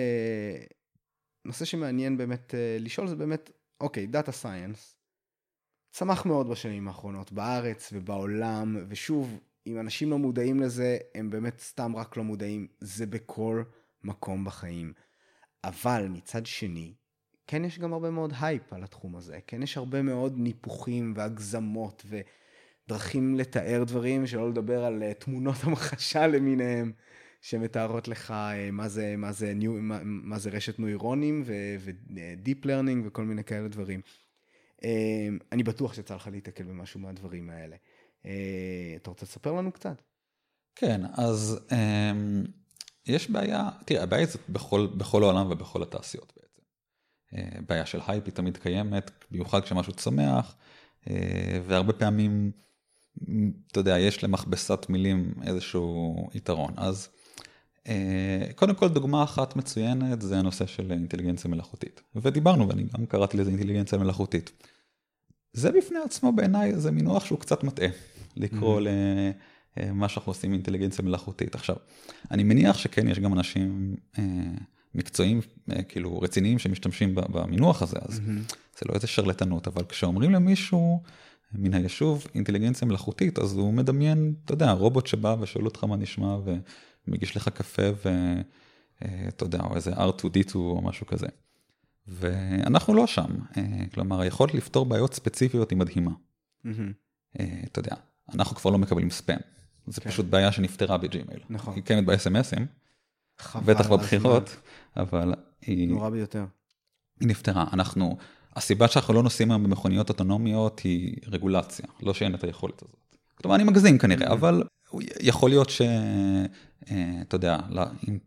שמעניין באמת לשאול, זה באמת, אוקיי, דאטה סייאנס, צמח מאוד בשנים האחרונות, בארץ ובעולם, ושוב, אם אנשים לא מודעים לזה, הם באמת סתם רק לא מודעים, זה בכל מקום בחיים. אבל מצד שני, כן יש גם הרבה מאוד הייפ על התחום הזה, כן יש הרבה מאוד ניפוחים והגזמות ודרכים לתאר דברים, שלא לדבר על תמונות המחשה למיניהם, שמתארות לך מה זה רשת נוירונים ודיפ לרנינג וכל מיני כאלה דברים. אני בטוח שצריך לך להתקל במשהו מהדברים האלה. אתה רוצה לספר לנו קצת? כן, אז יש בעיה, תראה, הבעיה זאת בכל העולם ובכל התעשיות בעצם. בעיה של הייפ היא תמיד קיימת, במיוחד כשמשהו צומח, והרבה פעמים, אתה יודע, יש למכבסת מילים איזשהו יתרון. אז קודם כל דוגמה אחת מצוינת זה הנושא של אינטליגנציה מלאכותית. ודיברנו, ואני גם קראתי לזה אינטליגנציה מלאכותית. זה בפני עצמו בעיניי, זה מינוח שהוא קצת מטעה, לקרוא למה שאנחנו עושים אינטליגנציה מלאכותית. עכשיו, אני מניח שכן, יש גם אנשים מקצועיים, כאילו רציניים, שמשתמשים במינוח הזה, אז זה לא איזה שרלטנות, אבל כשאומרים למישהו מן היישוב אינטליגנציה מלאכותית, אז הוא מדמיין, אתה יודע, רובוט שבא ושואל אותך מה נשמע, ומגיש לך קפה, ואתה יודע, או איזה R2D2 או משהו כזה. ואנחנו לא שם, כלומר, היכולת לפתור בעיות ספציפיות היא מדהימה. אתה יודע, אנחנו כבר לא מקבלים ספאם. זה פשוט בעיה שנפתרה בג'ימייל. נכון. היא קיימת ב-SMS'ים, בטח בבחירות, אבל היא... נורא ביותר. היא נפתרה. הסיבה שאנחנו לא נוסעים היום במכוניות אוטונומיות היא רגולציה, לא שאין את היכולת הזאת. כלומר, אני מגזים כנראה, אבל יכול להיות אתה יודע,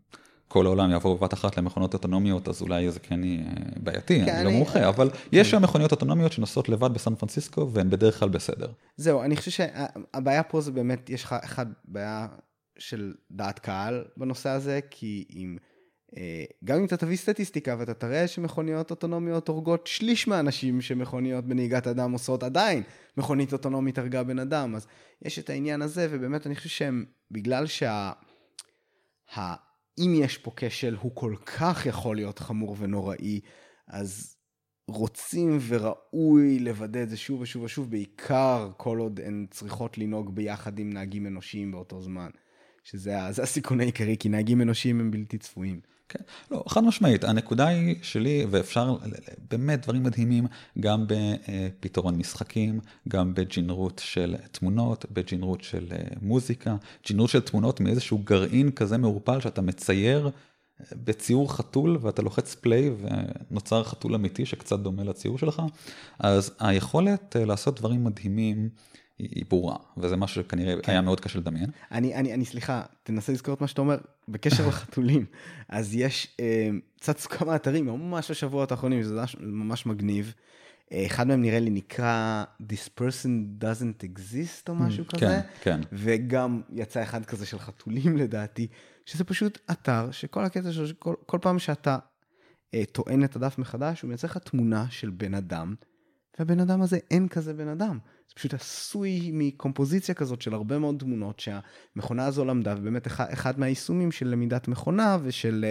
כל העולם יעבור בבת אחת למכונות אוטונומיות, אז אולי זה כן יהיה בעייתי, אני לא מומחה, אבל יש שם מכוניות אוטונומיות שנוסעות לבד בסן פרנסיסקו, והן בדרך כלל בסדר. זהו, אני חושב שהבעיה פה זה באמת, יש לך בעיה של דעת קהל בנושא הזה, כי גם אם אתה תביא סטטיסטיקה, ואתה תראה שמכוניות אוטונומיות הורגות שליש מהאנשים שמכוניות בנהיגת אדם עושות עדיין, מכונית אוטונומית הרגה בן אדם, אז יש את העניין הזה, ובאמת אני חושב שהם, בגלל אם יש פה כשל, הוא כל כך יכול להיות חמור ונוראי, אז רוצים וראוי לוודא את זה שוב ושוב ושוב, בעיקר כל עוד הן צריכות לנהוג ביחד עם נהגים אנושיים באותו זמן, שזה הסיכון העיקרי, כי נהגים אנושיים הם בלתי צפויים. כן, לא, חד משמעית, הנקודה היא שלי, ואפשר באמת דברים מדהימים, גם בפתרון משחקים, גם בג'ינרות של תמונות, בג'ינרות של מוזיקה, ג'ינרות של תמונות מאיזשהו גרעין כזה מעורפל, שאתה מצייר בציור חתול, ואתה לוחץ פליי, ונוצר חתול אמיתי שקצת דומה לציור שלך, אז היכולת לעשות דברים מדהימים, היא ברורה, וזה משהו שכנראה היה מאוד קשה לדמיין. אני סליחה, תנסה לזכור את מה שאתה אומר, בקשר לחתולים, אז יש צצו כמה אתרים, ממש השבועות האחרונים, זה ממש מגניב, אחד מהם נראה לי נקרא This person doesn't exist או משהו כזה, כן. וגם יצא אחד כזה של חתולים לדעתי, שזה פשוט אתר שכל הקטע שלו, כל פעם שאתה טוען את הדף מחדש, הוא מייצר לך תמונה של בן אדם, והבן אדם הזה אין כזה בן אדם. זה פשוט עשוי מקומפוזיציה כזאת של הרבה מאוד תמונות שהמכונה הזו למדה, ובאמת אחד מהיישומים של למידת מכונה ושל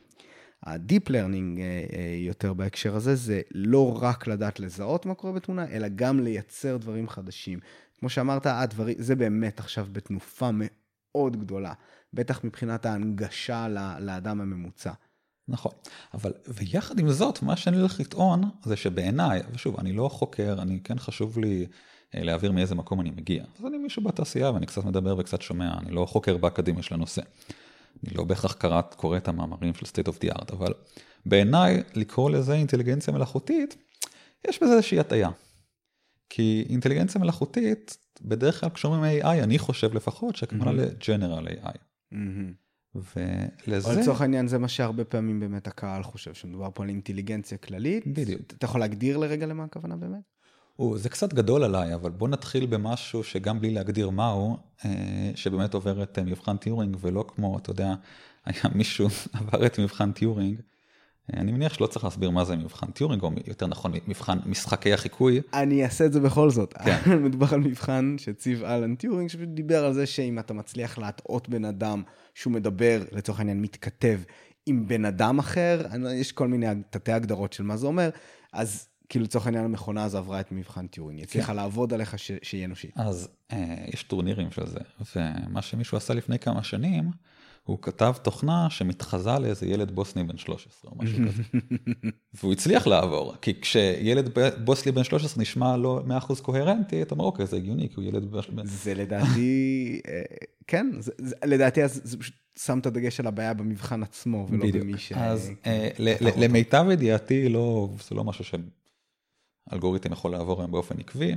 ה-deep learning יותר בהקשר הזה, זה לא רק לדעת לזהות מה קורה בתמונה, אלא גם לייצר דברים חדשים. כמו שאמרת, זה באמת עכשיו בתנופה מאוד גדולה, בטח מבחינת ההנגשה לאדם הממוצע. נכון, אבל ויחד עם זאת, מה שאני הולך לטעון, זה שבעיניי, ושוב, אני לא חוקר, אני כן חשוב לי להעביר מאיזה מקום אני מגיע. אז אני מישהו בתעשייה, ואני קצת מדבר וקצת שומע, אני לא חוקר באקדמיה של הנושא. אני לא בהכרח קורא את המאמרים של state of the art, אבל בעיניי, לקרוא לזה אינטליגנציה מלאכותית, יש בזה איזושהי הטעיה. כי אינטליגנציה מלאכותית, בדרך כלל כשאומרים AI, אני חושב לפחות שכמובן ל-general AI. ולזה... או לצורך העניין זה מה שהרבה פעמים באמת הקהל חושב, שמדובר פה על אינטליגנציה כללית. בדיוק. אתה יכול להגדיר לרגע למה הכוונה באמת? זה קצת גדול עליי, אבל בוא נתחיל במשהו שגם בלי להגדיר מהו, שבאמת עובר את מבחן טיורינג, ולא כמו, אתה יודע, היה מישהו עבר את מבחן טיורינג, אני מניח שלא צריך להסביר מה זה מבחן טיורינג, או יותר נכון, מבחן משחקי החיקוי. אני אעשה את זה בכל זאת. כן. מדובר על מבחן שציב אלן טיורינג, שדיבר על זה שאם אתה מצליח להטעות בן אדם, שהוא מדבר, לצורך העניין מתכתב, עם בן אדם אחר, יש כל מיני תתי הגדרות של מה זה אומר, אז כאילו לצורך העניין המכונה הזו עברה את מבחן טיורינג, היא הצליחה לעבוד עליך שיהיה אנושי. אז יש טורנירים של זה, ומה שמישהו עשה לפני כמה שנים, הוא כתב תוכנה שמתחזה לאיזה ילד בוסני בן 13 או משהו כזה. והוא הצליח לעבור, כי כשילד בוסני בן 13 נשמע לא 100% קוהרנטי, אתה אומר, אוקיי, זה הגיוני, כי הוא ילד בן... זה לדעתי, כן, לדעתי זה פשוט שם את הדגש על הבעיה במבחן עצמו, ולא במי ש... אז למיטב ידיעתי, זה לא משהו שאלגוריתם יכול לעבור היום באופן עקבי,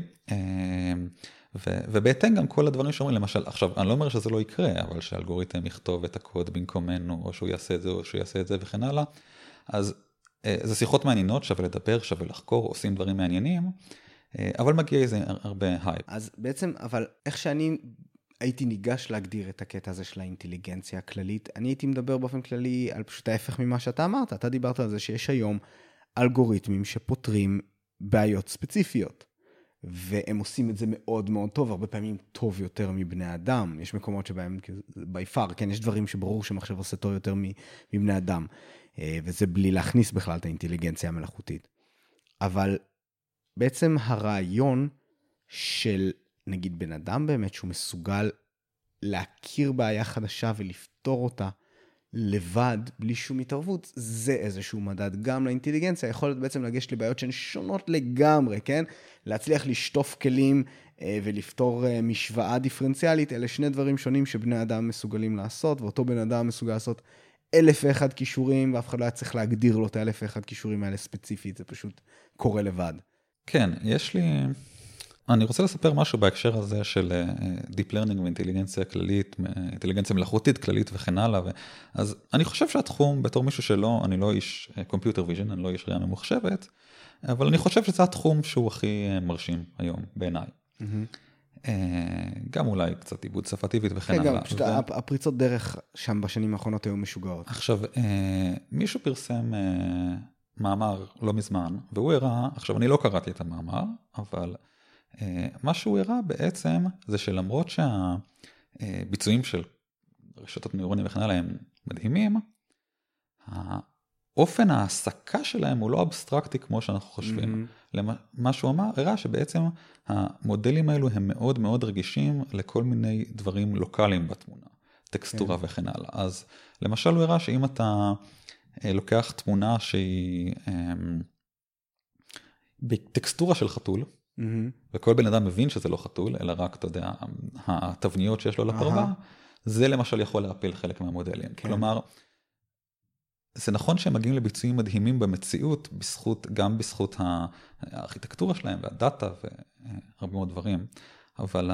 ובהתאם גם כל הדברים שאומרים, למשל, עכשיו, אני לא אומר שזה לא יקרה, אבל שהאלגוריתם יכתוב את הקוד במקומנו, או שהוא יעשה את זה, או שהוא יעשה את זה, וכן הלאה. אז זה שיחות מעניינות, שווה לדבר, שווה לחקור, עושים דברים מעניינים, אבל מגיע איזה הרבה הייפ. אז בעצם, אבל איך שאני הייתי ניגש להגדיר את הקטע הזה של האינטליגנציה הכללית, אני הייתי מדבר באופן כללי על פשוט ההפך ממה שאתה אמרת. אתה דיברת על זה שיש היום אלגוריתמים שפותרים בעיות ספציפיות. והם עושים את זה מאוד מאוד טוב, הרבה פעמים טוב יותר מבני אדם. יש מקומות שבהם, ביפר, כן, יש דברים שברור שמחשב עושה טוב יותר מבני אדם, וזה בלי להכניס בכלל את האינטליגנציה המלאכותית. אבל בעצם הרעיון של, נגיד, בן אדם באמת, שהוא מסוגל להכיר בעיה חדשה ולפתור אותה לבד, בלי שום התערבות, זה איזשהו מדד גם לאינטליגנציה, יכול להיות בעצם לגשת לבעיות שהן שונות לגמרי, כן? להצליח לשטוף כלים ולפתור משוואה דיפרנציאלית, אלה שני דברים שונים שבני אדם מסוגלים לעשות, ואותו בן אדם מסוגל לעשות 1001 כישורים, ואף אחד לא היה צריך להגדיר לו את 1001 כישורים האלה ספציפית, זה פשוט קורה לבד. כן, יש לי... אני רוצה לספר משהו בהקשר הזה של Deep Learning ואינטליגנציה כללית, אינטליגנציה מלאכותית כללית וכן הלאה. אז אני חושב שהתחום, בתור מישהו שלא, אני לא איש Computer Vision, אני לא איש ראייה ממוחשבת, אבל אני חושב שזה התחום שהוא הכי מרשים היום בעיניי. גם אולי קצת עיבוד שפה טבעית וכן הלאה. פשוט הפריצות דרך שם בשנים האחרונות היו משוגעות. עכשיו, מישהו פרסם מאמר לא מזמן, והוא הראה, עכשיו אני לא קראתי את המאמר, אבל מה שהוא הראה בעצם זה שלמרות שהביצועים של רשתות נוירונים וכן הלאה הם מדהימים, אופן ההעסקה שלהם הוא לא אבסטרקטי כמו שאנחנו חושבים. מה שהוא אמר, הראה שבעצם המודלים האלו הם מאוד מאוד רגישים לכל מיני דברים לוקליים בתמונה, טקסטורה וכן הלאה. אז למשל הוא הראה שאם אתה לוקח תמונה שהיא בטקסטורה של חתול, וכל בן אדם מבין שזה לא חתול, אלא רק, אתה יודע, התבניות שיש לו לפרווה, זה למשל יכול להפיל חלק מהמודלים. כלומר, זה נכון שהם מגיעים לביצועים מדהימים במציאות, גם בזכות הארכיטקטורה שלהם והדאטה והרבה מאוד דברים, אבל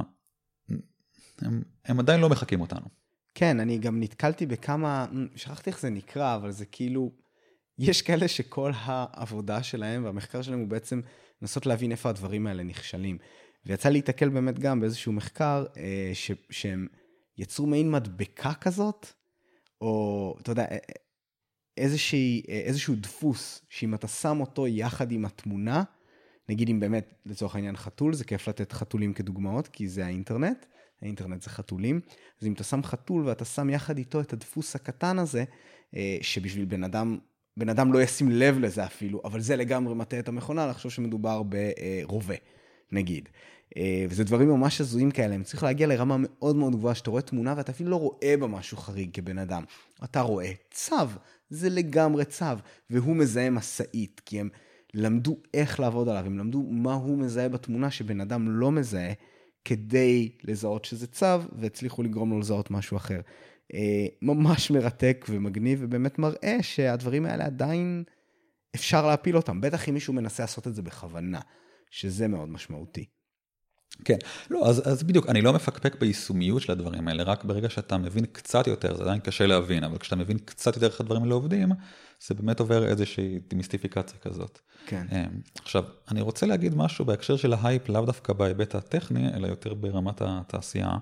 הם עדיין לא מחכים אותנו. כן, אני גם נתקלתי בכמה, שכחתי איך זה נקרא, אבל זה כאילו, יש כאלה שכל העבודה שלהם והמחקר שלהם הוא בעצם לנסות להבין איפה הדברים האלה נכשלים. ויצא להתקל באמת גם באיזשהו מחקר שהם יצרו מעין מדבקה כזאת, או אתה יודע, איזשהו דפוס, שאם אתה שם אותו יחד עם התמונה, נגיד אם באמת לצורך העניין חתול, זה כיף לתת חתולים כדוגמאות, כי זה האינטרנט זה חתולים, אז אם אתה שם חתול ואתה שם יחד איתו את הדפוס הקטן הזה, שבשביל בן אדם לא ישים לב לזה אפילו, אבל זה לגמרי מטה את המכונה, לחשוב שמדובר ברובה, נגיד. וזה דברים ממש הזויים כאלה, הם צריך להגיע לרמה מאוד מאוד גבוהה, שאתה רואה תמונה ואתה אפילו לא רואה בה משהו חריג כבן אדם. אתה רואה צו, זה לגמרי צו, והוא מזהה מסעית, כי הם למדו איך לעבוד עליו, הם למדו מה הוא מזהה בתמונה שבן אדם לא מזהה, כדי לזהות שזה צו, והצליחו לגרום לו לזהות משהו אחר. ממש מרתק ומגניב, ובאמת מראה שהדברים האלה עדיין אפשר להפיל אותם, בטח אם מישהו מנסה לעשות את זה בכוונה, שזה מאוד משמעותי. כן, לא, אז בדיוק, אני לא מפקפק ביישומיות של הדברים האלה, רק ברגע שאתה מבין קצת יותר, זה עדיין קשה להבין, אבל כשאתה מבין קצת יותר איך הדברים האלה עובדים, זה באמת עובר איזושהי מיסטיפיקציה כזאת. כן. עכשיו, אני רוצה להגיד משהו בהקשר של ההייפ, לאו דווקא בהיבט הטכני, אלא יותר ברמת התעשייה.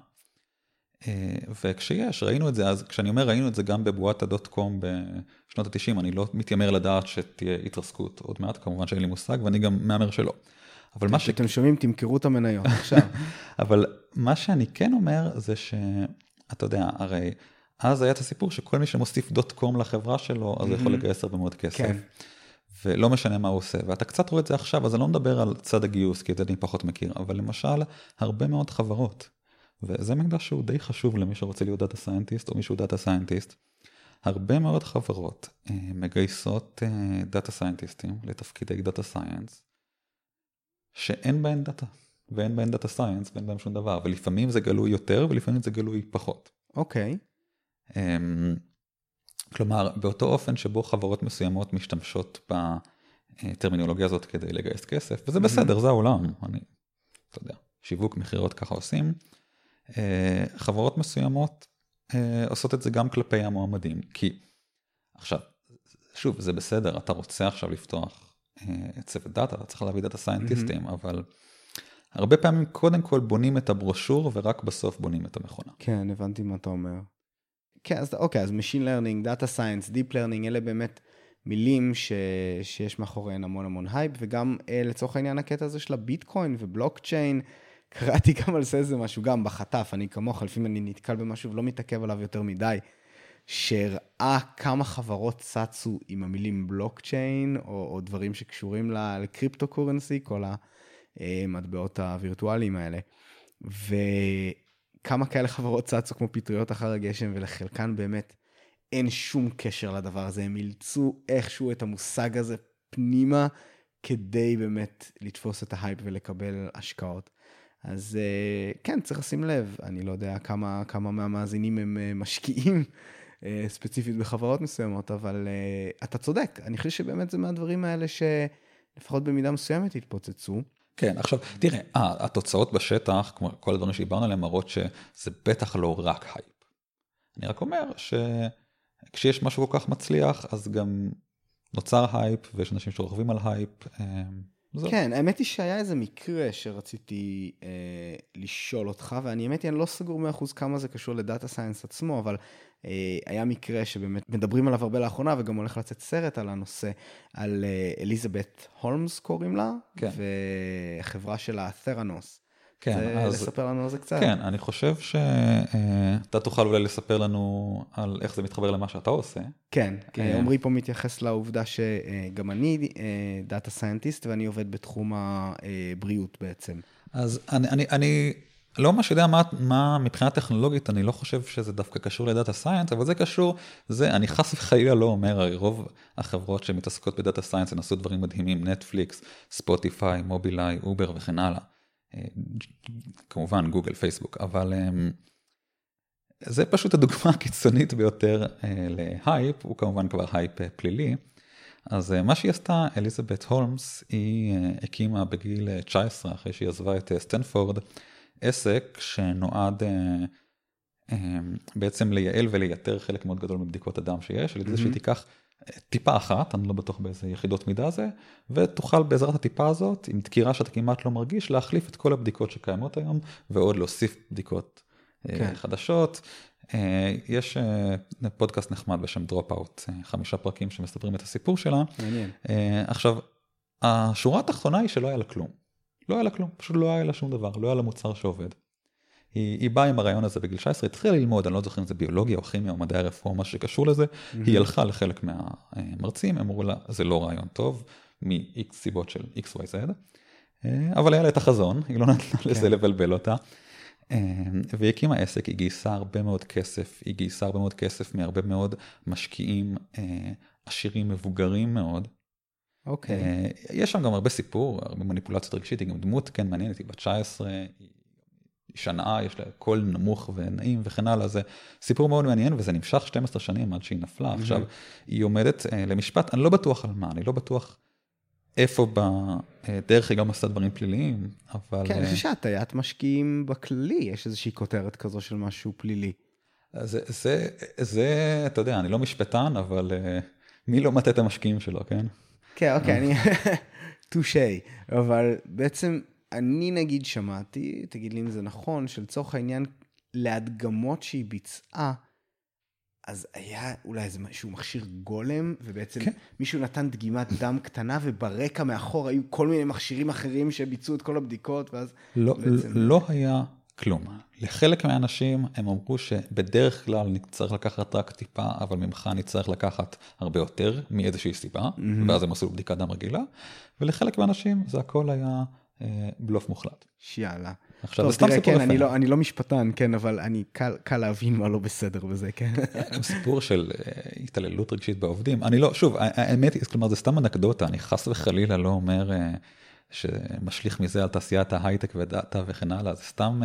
ראינו את זה, אז כשאני אומר ראינו את זה גם בבועת .com בשנות ה-90, אני לא מתיימר לדעת שתהיה התרסקות עוד מעט, כמובן שאין לי מושג, ואני גם מאמר שלא. אבל מה שאתם שומעים, תמכרו את המניות עכשיו. אבל מה שאני כן אומר זה שאתה יודע, הרי אז היה את הסיפור שכל מי שמוסיף .com לחברה שלו, אז הוא יכול לגייס הרבה מאוד כסף. כן. ולא משנה מה הוא עושה. ואתה קצת רואה את זה עכשיו, אז אני לא מדבר על צד הגיוס, כי את זה אני פחות מכיר, אבל למשל, הרבה מאוד חברות, וזה מידע שהוא די חשוב למי שרוצה להיות דאטה סיינטיסט, או מישהו דאטה סיינטיסט, הרבה מאוד חברות מגייסות דאטה סיינטיסטים לתפקידי דאטה סיינס, שאין בהן דאטה, ואין בהן דאטה סיינס, ואין בהן שום דבר, ולפעמים זה גלוי יותר, ולפעמים זה גלוי פחות. אוקיי. כלומר, באותו אופן שבו חברות מסוימות משתמשות בטרמינולוגיה הזאת כדי לגייס כסף, וזה בסדר, זה העולם, אתה יודע, שיווק מחירות ככה עושים, חברות מסוימות עושות את זה גם כלפי המועמדים, כי עכשיו, שוב, זה בסדר, אתה רוצה עכשיו לפתוח צוות דאטה, אתה צריך להביא דאטה סיינטיסטים, אבל הרבה פעמים קודם כל בונים את הברושור, ורק בסוף בונים את המכונה. כן, הבנתי מה אתה אומר. כן, אז אוקיי, אז Machine Learning, Data Science, Deep Learning, אלה באמת מילים שיש מאחוריהן המון המון הייפ, וגם לצורך העניין הקטע הזה של הביטקוין ובלוקצ'יין, קראתי גם על זה משהו, גם בחטף, אני כמוך, לפעמים אני נתקל במשהו ולא מתעכב עליו יותר מדי, שראה כמה חברות צצו עם המילים בלוקצ'יין, או דברים שקשורים לקריפטו-קורנסי, כל המטבעות הווירטואליים האלה, וכמה כאלה חברות צצו כמו פטריות אחר הגשם, ולחלקן באמת אין שום קשר לדבר הזה, הם אילצו איכשהו את המושג הזה פנימה, כדי באמת לתפוס את ההייפ ולקבל השקעות. אז כן, צריך לשים לב, אני לא יודע כמה מהמאזינים הם משקיעים, ספציפית בחברות מסוימות, אבל אתה צודק, אני חושב שבאמת זה מהדברים האלה שלפחות במידה מסוימת התפוצצו. כן, עכשיו, תראה, התוצאות בשטח, כמו כל הדברים שדיברנו עליהם, מראות שזה בטח לא רק הייפ. אני רק אומר שכשיש משהו כל כך מצליח, אז גם נוצר הייפ, ויש אנשים שרוכבים על הייפ. כן, האמת היא שהיה איזה מקרה שרציתי לשאול אותך, ואני האמת היא, אני לא סגור 100% כמה זה קשור לדאטה סיינס עצמו, אבל היה מקרה שבאמת מדברים עליו הרבה לאחרונה, וגם הולך לצאת סרט על הנושא, על אליזבת הולמס קוראים לה, כן. וחברה שלה, ת'רנוס. כן, אז... לספר לנו על זה קצת? כן, אני חושב שאתה תוכל אולי לספר לנו על איך זה מתחבר למה שאתה עושה. כן, עומרי פה מתייחס לעובדה שגם אני דאטה סיינטיסט, ואני עובד בתחום הבריאות בעצם. אז אני לא ממש יודע מה מבחינה טכנולוגית, אני לא חושב שזה דווקא קשור לדאטה סיינס, אבל זה קשור, אני חס וחלילה לא אומר, הרי רוב החברות שמתעסקות בדאטה סיינס, הן עשו דברים מדהימים, נטפליקס, ספוטיפיי, מובילאי, אובר וכן הלאה. כמובן גוגל, פייסבוק, אבל זה פשוט הדוגמה הקיצונית ביותר להייפ, הוא כמובן כבר הייפ פלילי. אז מה שהיא עשתה, אליזבת הולמס, היא הקימה בגיל 19, אחרי שהיא עזבה את סטנפורד, עסק שנועד בעצם לייעל ולייתר חלק מאוד גדול מבדיקות הדם שיש, על ידי שהיא תיקח טיפה אחת, אני לא בטוח באיזה יחידות מידה זה, ותוכל בעזרת הטיפה הזאת, עם דקירה שאתה כמעט לא מרגיש, להחליף את כל הבדיקות שקיימות היום, ועוד להוסיף בדיקות חדשות. יש פודקאסט נחמד בשם Dropout, 5 פרקים שמספרים את הסיפור שלה. מעניין. עכשיו, השורה התחתונה היא שלא היה לה כלום. לא היה לה כלום, פשוט לא היה לה שום דבר, לא היה לה מוצר שעובד. היא באה עם הרעיון הזה בגיל 19, היא התחילה ללמוד, אני לא זוכר אם זה ביולוגיה או כימיה או מדעי הרפואה, מה שקשור לזה, היא הלכה לחלק מהמרצים, הם אמרו לה, זה לא רעיון טוב, מ-X סיבות של XYZ, אבל היה לה את החזון, היא לא נתנה לזה לבלבל אותה, והיא הקימה עסק, היא גייסה הרבה מאוד כסף, מהרבה מאוד משקיעים עשירים מבוגרים מאוד. אוקיי. יש שם גם הרבה סיפור, הרבה מניפולציות רגשית, היא גם דמות, כן, מעניינת, היא בת 19, היא שנאה, יש לה קול נמוך ונעים וכן הלאה, זה סיפור מאוד מעניין, וזה נמשך 12 שנים עד שהיא נפלה. עכשיו, היא עומדת למשפט, אני לא בטוח על מה, אני לא בטוח איפה בדרך היא גם עושה דברים פליליים, אבל... כן, אני חושב שהטיית משקיעים בכללי, יש איזושהי כותרת כזו של משהו פלילי. זה, אתה יודע, אני לא משפטן, אבל מי לא מטה את המשקיעים שלו, כן? כן, אוקיי, אני... טושי, אבל בעצם... אני נגיד שמעתי, תגיד לי אם זה נכון, שלצורך העניין להדגמות שהיא ביצעה, אז היה אולי איזשהו מכשיר גולם, ובעצם מישהו נתן דגימת דם קטנה, וברקע מאחור היו כל מיני מכשירים אחרים שביצעו את כל הבדיקות, ואז... לא היה כלום. לחלק מהאנשים הם אמרו שבדרך כלל אני צריך לקחת רק טיפה, אבל ממך אני צריך לקחת הרבה יותר מאיזושהי סיבה, ואז הם עשו בדיקת דם רגילה, ולחלק מהאנשים זה הכל היה... בלוף מוחלט. שיאללה. עכשיו, זה סתם סיפור יפה. אני לא משפטן, כן, אבל אני קל להבין מה לא בסדר בזה, כן. גם סיפור של התעללות רגשית בעובדים. אני לא, שוב, האמת היא, כלומר, זה סתם אנקדוטה, אני חס וחלילה לא אומר שמשליך מזה על תעשיית ההייטק ודאטה וכן הלאה, זה סתם...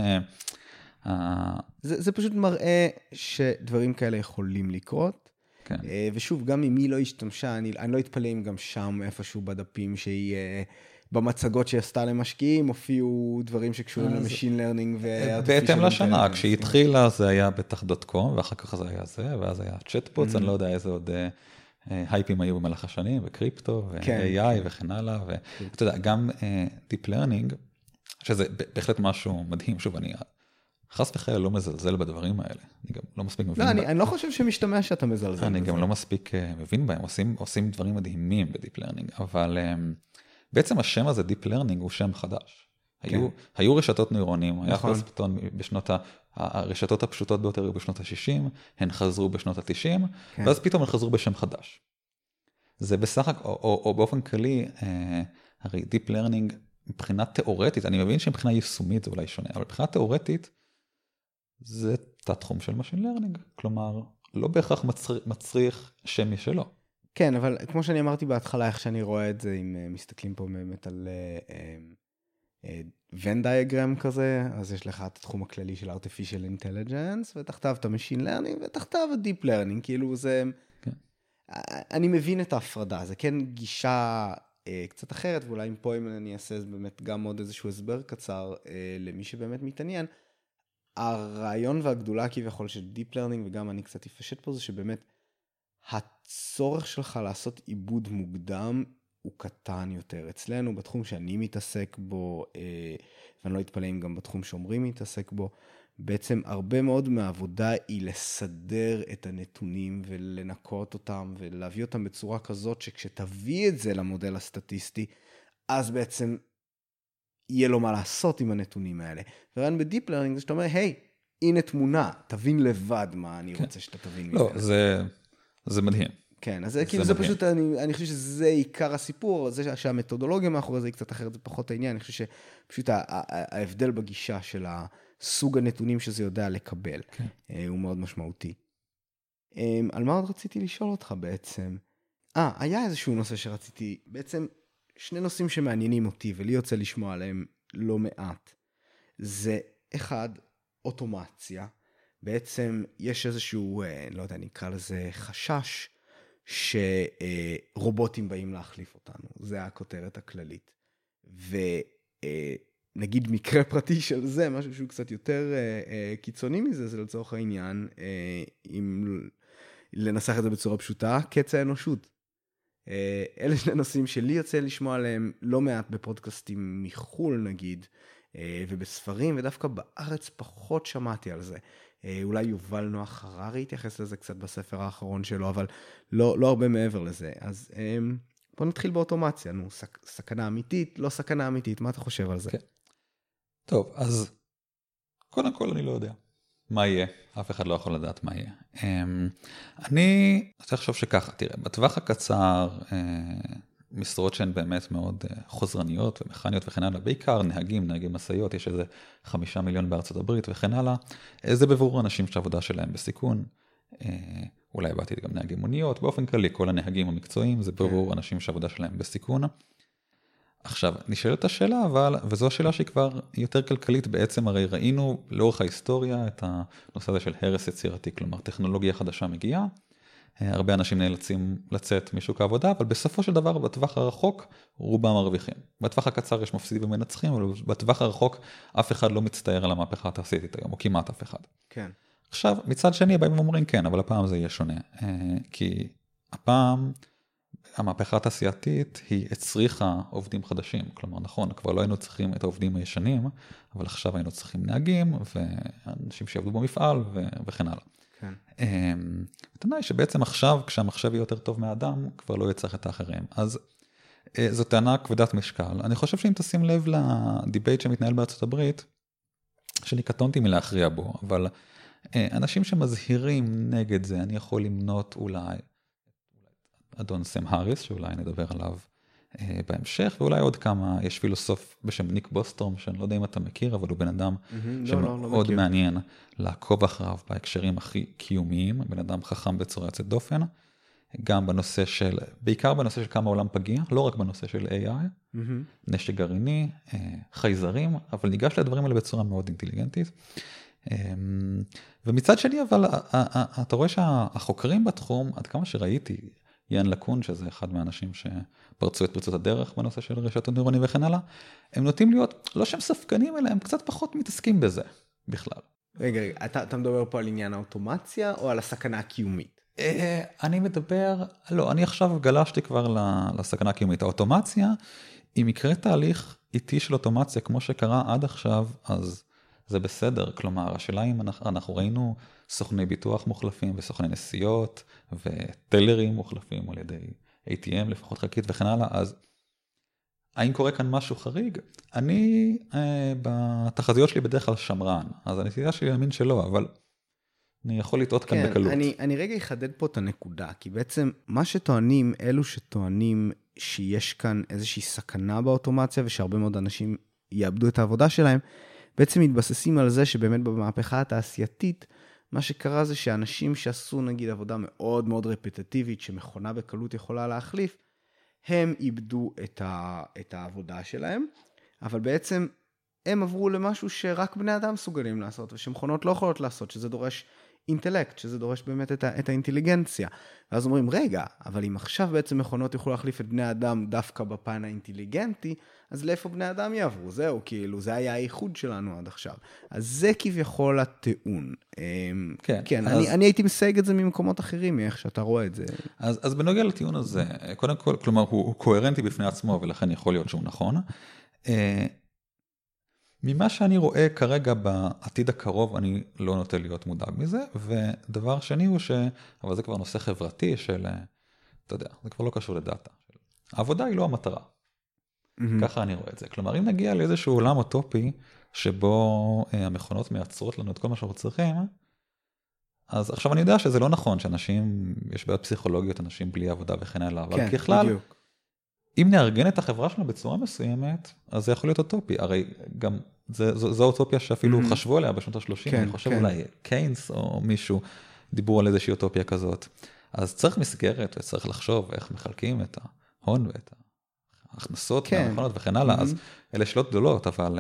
זה פשוט מראה שדברים כאלה יכולים לקרות. כן. ושוב, גם אם היא לא השתמשה, אני לא אתפלא אם גם שם איפשהו בדפים שהיא... במצגות שעשתה למשקיעים, הופיעו דברים שקשורים למשין לרנינג בהתאם לשנה, כשהיא התחילה זה היה בטח .com, ואחר כך זה היה זה, ואז היה צ'טבוטס, אני לא יודע איזה עוד הייפים היו במהלך השנים, וקריפטו, ו-AI וכן הלאה, ואתה יודע, גם Deep Learning, שזה בהחלט משהו מדהים, שוב, אני חס וחלילה לא מזלזל בדברים האלה, אני גם לא מספיק מבין בהם. לא, אני לא חושב שמשתמע שאתה מזלזל. אני גם לא מספיק מבין בהם, עושים דברים מדהימים ב-Deep Learning, אבל... בעצם השם הזה, Deep Learning, הוא שם חדש. היו רשתות נוירונים, היה פלספטון בשנות, הרשתות הפשוטות ביותר היו בשנות ה-60, הן חזרו בשנות ה-90, ואז פתאום הן חזרו בשם חדש. זה בסך הכל, או באופן כללי, הרי Deep Learning, מבחינה תיאורטית, אני מבין שמבחינה יישומית זה אולי שונה, אבל מבחינה תיאורטית, זה תת-תחום של Machine Learning. כלומר, לא בהכרח מצריך שם משלו. כן, אבל כמו שאני אמרתי בהתחלה, איך שאני רואה את זה, אם מסתכלים פה באמת על Venn diagram כזה, אז יש לך את התחום הכללי של Artificial Intelligence, ותחתיו את ה-Machine Learning, ותחתיו ה-Deep Learning, כאילו זה... כן. אני מבין את ההפרדה, זה כן גישה קצת אחרת, ואולי פה אם אני אעשה באמת גם עוד איזשהו הסבר קצר למי שבאמת מתעניין, הרעיון והגדולה כביכול של Deep Learning, וגם אני קצת אפשט פה, זה שבאמת הצורך שלך לעשות עיבוד מוקדם הוא קטן יותר. אצלנו, בתחום שאני מתעסק בו, ואני לא אתפלא אם גם בתחום שאומרים מתעסק בו, בעצם הרבה מאוד מהעבודה היא לסדר את הנתונים ולנקות אותם ולהביא אותם בצורה כזאת שכשתביא את זה למודל הסטטיסטי, אז בעצם יהיה לו מה לעשות עם הנתונים האלה. ורעיון בדיפ לרנינג זה שאתה אומר, היי, הנה תמונה, תבין לבד מה אני רוצה שאתה תבין. לא, זה מדהים. כן, אז כאילו זה פשוט, אני חושב שזה עיקר הסיפור, זה שהמתודולוגיה מאחורי זה היא קצת אחרת, זה פחות העניין, אני חושב שפשוט ההבדל בגישה של הסוג הנתונים שזה יודע לקבל, הוא מאוד משמעותי. על מה עוד רציתי לשאול אותך בעצם? היה איזשהו נושא שרציתי, בעצם שני נושאים שמעניינים אותי, ולי יוצא לשמוע עליהם לא מעט. זה אחד, אוטומציה. בעצם יש איזשהו, לא יודע, נקרא לזה חשש, שרובוטים באים להחליף אותנו. זה הכותרת הכללית. ונגיד מקרה פרטי של זה, משהו שהוא קצת יותר קיצוני מזה, זה לצורך העניין, אם לנסח את זה בצורה פשוטה, קץ האנושות. אלה שני נושאים שלי יוצא לשמוע עליהם לא מעט בפודקאסטים מחול נגיד, ובספרים, ודווקא בארץ פחות שמעתי על זה. אולי יובל נוח הררי התייחס לזה קצת בספר האחרון שלו, אבל לא הרבה מעבר לזה. אז בוא נתחיל באוטומציה, סכנה אמיתית, לא סכנה אמיתית, מה אתה חושב על זה? כן. טוב, אז קודם כל אני לא יודע מה יהיה, אף אחד לא יכול לדעת מה יהיה. אני רוצה לחשוב שככה, תראה, בטווח הקצר, משרות שהן באמת מאוד חוזרניות ומכניות וכן הלאה, בעיקר נהגים משאיות, יש איזה 5 מיליון בארצות הברית וכן הלאה, זה בברור אנשים שהעבודה שלהם בסיכון, אולי בעתיד גם נהגים מוניות, באופן כללי כל הנהגים המקצועיים זה ברור אנשים שהעבודה שלהם בסיכון. עכשיו, נשאלת השאלה, אבל, וזו השאלה שהיא כבר יותר כלכלית, בעצם הרי ראינו לאורך ההיסטוריה את הנושא הזה של הרס יצירתי, כלומר טכנולוגיה חדשה מגיעה, הרבה אנשים נאלצים לצאת משוק העבודה, אבל בסופו של דבר בטווח הרחוק רובם מרוויחים. בטווח הקצר יש מפסידים ומנצחים, אבל בטווח הרחוק אף אחד לא מצטער על המהפכה התעשייתית היום, או כמעט אף אחד. כן. עכשיו, מצד שני, באים ואומרים כן, אבל הפעם זה יהיה שונה, כי הפעם המהפכה התעשייתית היא הצריכה עובדים חדשים, כלומר נכון, כבר לא היינו צריכים את העובדים הישנים, אבל עכשיו היינו צריכים נהגים, ואנשים שיעבדו במפעל וכן הלאה. כן. התנאי שבעצם עכשיו, כשהמחשב יהיה יותר טוב מהאדם, כבר לא יצטרך את האחרים. אז זו טענה כבדת משקל. אני חושב שאם תשים לב לדיבייט שמתנהל בארצות הברית, שאני קטונתי מלהכריע בו, אבל אנשים שמזהירים נגד זה, אני יכול למנות אולי אדון סם האריס, שאולי נדבר עליו בהמשך, ואולי עוד כמה, יש פילוסוף בשם ניק בוסטרום, שאני לא יודע אם אתה מכיר, אבל הוא בן אדם שמאוד מעניין לעקוב אחריו בהקשרים הכי קיומיים, בן אדם חכם בצורה יוצאת דופן, גם בנושא של, בעיקר בנושא של כמה העולם פגיע, לא רק בנושא של AI, נשק גרעיני, חייזרים, אבל ניגש לדברים האלה בצורה מאוד אינטליגנטית. ומצד שני, אבל אתה רואה שהחוקרים בתחום, עד כמה שראיתי, יאן לקון, שזה אחד מהאנשים שפרצו את פריצות הדרך בנושא של רשתות נוירונים וכן הלאה, הם נוטים להיות, לא שהם ספקנים, אלא הם קצת פחות מתעסקים בזה בכלל. רגע, אתה מדבר פה על עניין האוטומציה, או על הסכנה הקיומית? אני מדבר, לא, אני עכשיו גלשתי כבר לסכנה הקיומית. האוטומציה, אם יקרה תהליך איטי של אוטומציה, כמו שקרה עד עכשיו, אז זה בסדר. כלומר, השאלה אם אנחנו ראינו סוכני ביטוח מוחלפים וסוכני נסיעות וטלרים מוחלפים על ידי ATM, לפחות חלקית וכן הלאה, אז האם קורה כאן משהו חריג? אני בתחזיות שלי בדרך כלל שמרן, אז הנטייה שלי להאמין שלא, אבל אני יכול לטעות כאן בקלות. אני רגע אחדד פה את הנקודה, כי בעצם מה שטוענים, אלו שטוענים שיש כאן איזושהי סכנה באוטומציה, ושהרבה מאוד אנשים יאבדו את העבודה שלהם, בעצם מתבססים על זה שבאמת במהפכה התעשייתית, מה שקרה זה שאנשים שעשו נגיד עבודה מאוד מאוד רפטטיבית, שמכונה בקלות יכולה להחליף, הם איבדו את העבודה שלהם, אבל בעצם הם עברו למשהו שרק בני אדם סוגלים לעשות, ושמכונות לא יכולות לעשות, שזה דורש אינטלקט, שזה דורש באמת את האינטליגנציה. ואז אומרים, רגע, אבל אם עכשיו בעצם מכונות יוכלו להחליף את בני האדם דווקא בפן האינטליגנטי, אז לאיפה בני האדם יעברו? זהו, כאילו, זה היה הייחוד שלנו עד עכשיו. אז זה כביכול הטיעון. כן, אני הייתי מסייג את זה ממקומות אחרים, מאיך שאתה רואה את זה. אז בנוגע לטיעון הזה, קודם כל, כלומר, הוא קוהרנטי בפני עצמו, ולכן יכול להיות שהוא נכון. ממה שאני רואה כרגע בעתיד הקרוב, אני לא נוטה להיות מודאג מזה, ודבר שני הוא אבל זה כבר נושא חברתי של, אתה יודע, זה כבר לא קשור לדאטה. העבודה היא לא המטרה. ככה אני רואה את זה. כלומר, אם נגיע לאיזשהו עולם אוטופי, שבו המכונות מייצרות לנו את כל מה שאנחנו צריכים, אז עכשיו אני יודע שזה לא נכון, שאנשים, יש בעיות פסיכולוגיות, אנשים בלי עבודה וכן הלאה, אבל ככלל, אם נארגן את החברה שלנו בצורה מסוימת, אז זה יכול להיות אוטופי. הרי גם זו אוטופיה שאפילו חשבו עליה בשנות ה-30, אני חושב אולי קיינס או מישהו דיברו על איזושהי אוטופיה כזאת. אז צריך מסגרת וצריך לחשוב איך מחלקים את ההון ואת ההכנסות מהמכונות וכן הלאה. אז אלה שאלות גדולות, אבל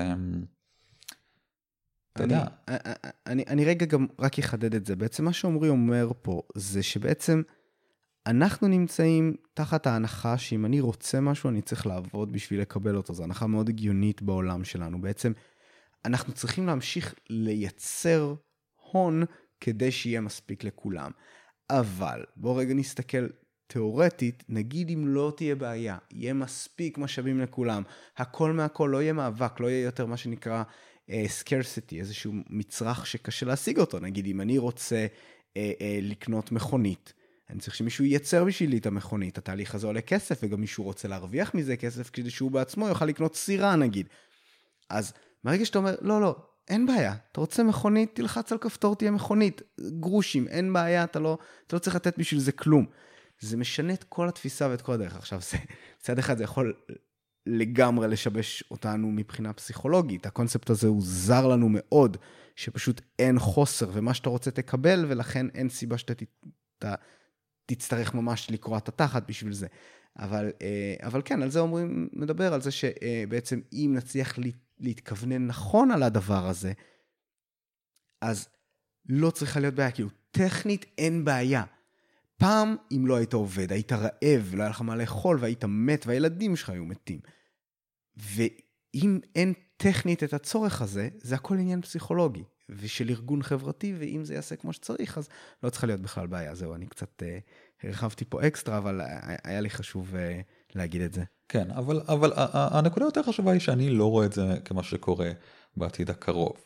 אתה יודע. אני רגע גם רק אחדד את זה. בעצם מה שעומרי אומר פה, זה שבעצם אנחנו נמצאים תחת ההנחה שאם אני רוצה משהו, אני צריך לעבוד בשביל לקבל אותו. זו הנחה מאוד הגיונית בעולם שלנו. בעצם אנחנו צריכים להמשיך לייצר הון כדי שיהיה מספיק לכולם. אבל בואו רגע נסתכל תיאורטית, נגיד אם לא תהיה בעיה, יהיה מספיק משאבים לכולם, הכל מהכל, לא יהיה מאבק, לא יהיה יותר מה שנקרא scarcity, איזשהו מצרך שקשה להשיג אותו. נגיד אם אני רוצה לקנות מכונית, אני צריך שמישהו ייצר בשבילי את המכונית, התהליך הזה עולה כסף, וגם מישהו רוצה להרוויח מזה כסף, כדי שהוא בעצמו יוכל לקנות סירה נגיד. אז מהרגע שאתה אומר, לא, אין בעיה, אתה רוצה מכונית, תלחץ על כפתור, תהיה מכונית, גרושים, אין בעיה, אתה לא צריך לתת בשביל זה כלום. זה משנה את כל התפיסה ואת כל הדרך. עכשיו, מצד אחד זה יכול לגמרי לשבש אותנו מבחינה פסיכולוגית, הקונספט הזה הוא זר לנו מאוד, שפשוט אין חוסר, ומה שאתה רוצה תקבל, ולכן אין סיבה שאתה תצטרך ממש לקרוא את התחת בשביל זה. אבל כן, על זה מדבר על זה שבעצם אם נצליח להתכוונן נכון על הדבר הזה, אז לא צריכה להיות בעיה, כאילו טכנית אין בעיה. פעם אם לא היית עובד, היית רעב, לא היה לך מה לאכול, והיית מת, והילדים שלך היו מתים. ואם אין טכנית את הצורך הזה, זה הכל עניין פסיכולוגי, ושל ארגון חברתי, ואם זה יעשה כמו שצריך, אז לא צריכה להיות בכלל בעיה. זהו, אני קצת הרחבתי פה אקסטרה, אבל היה לי חשוב להגיד את זה. כן, אבל הנקודה יותר חשובה היא שאני לא רואה את זה כמה שקורה בעתיד הקרוב.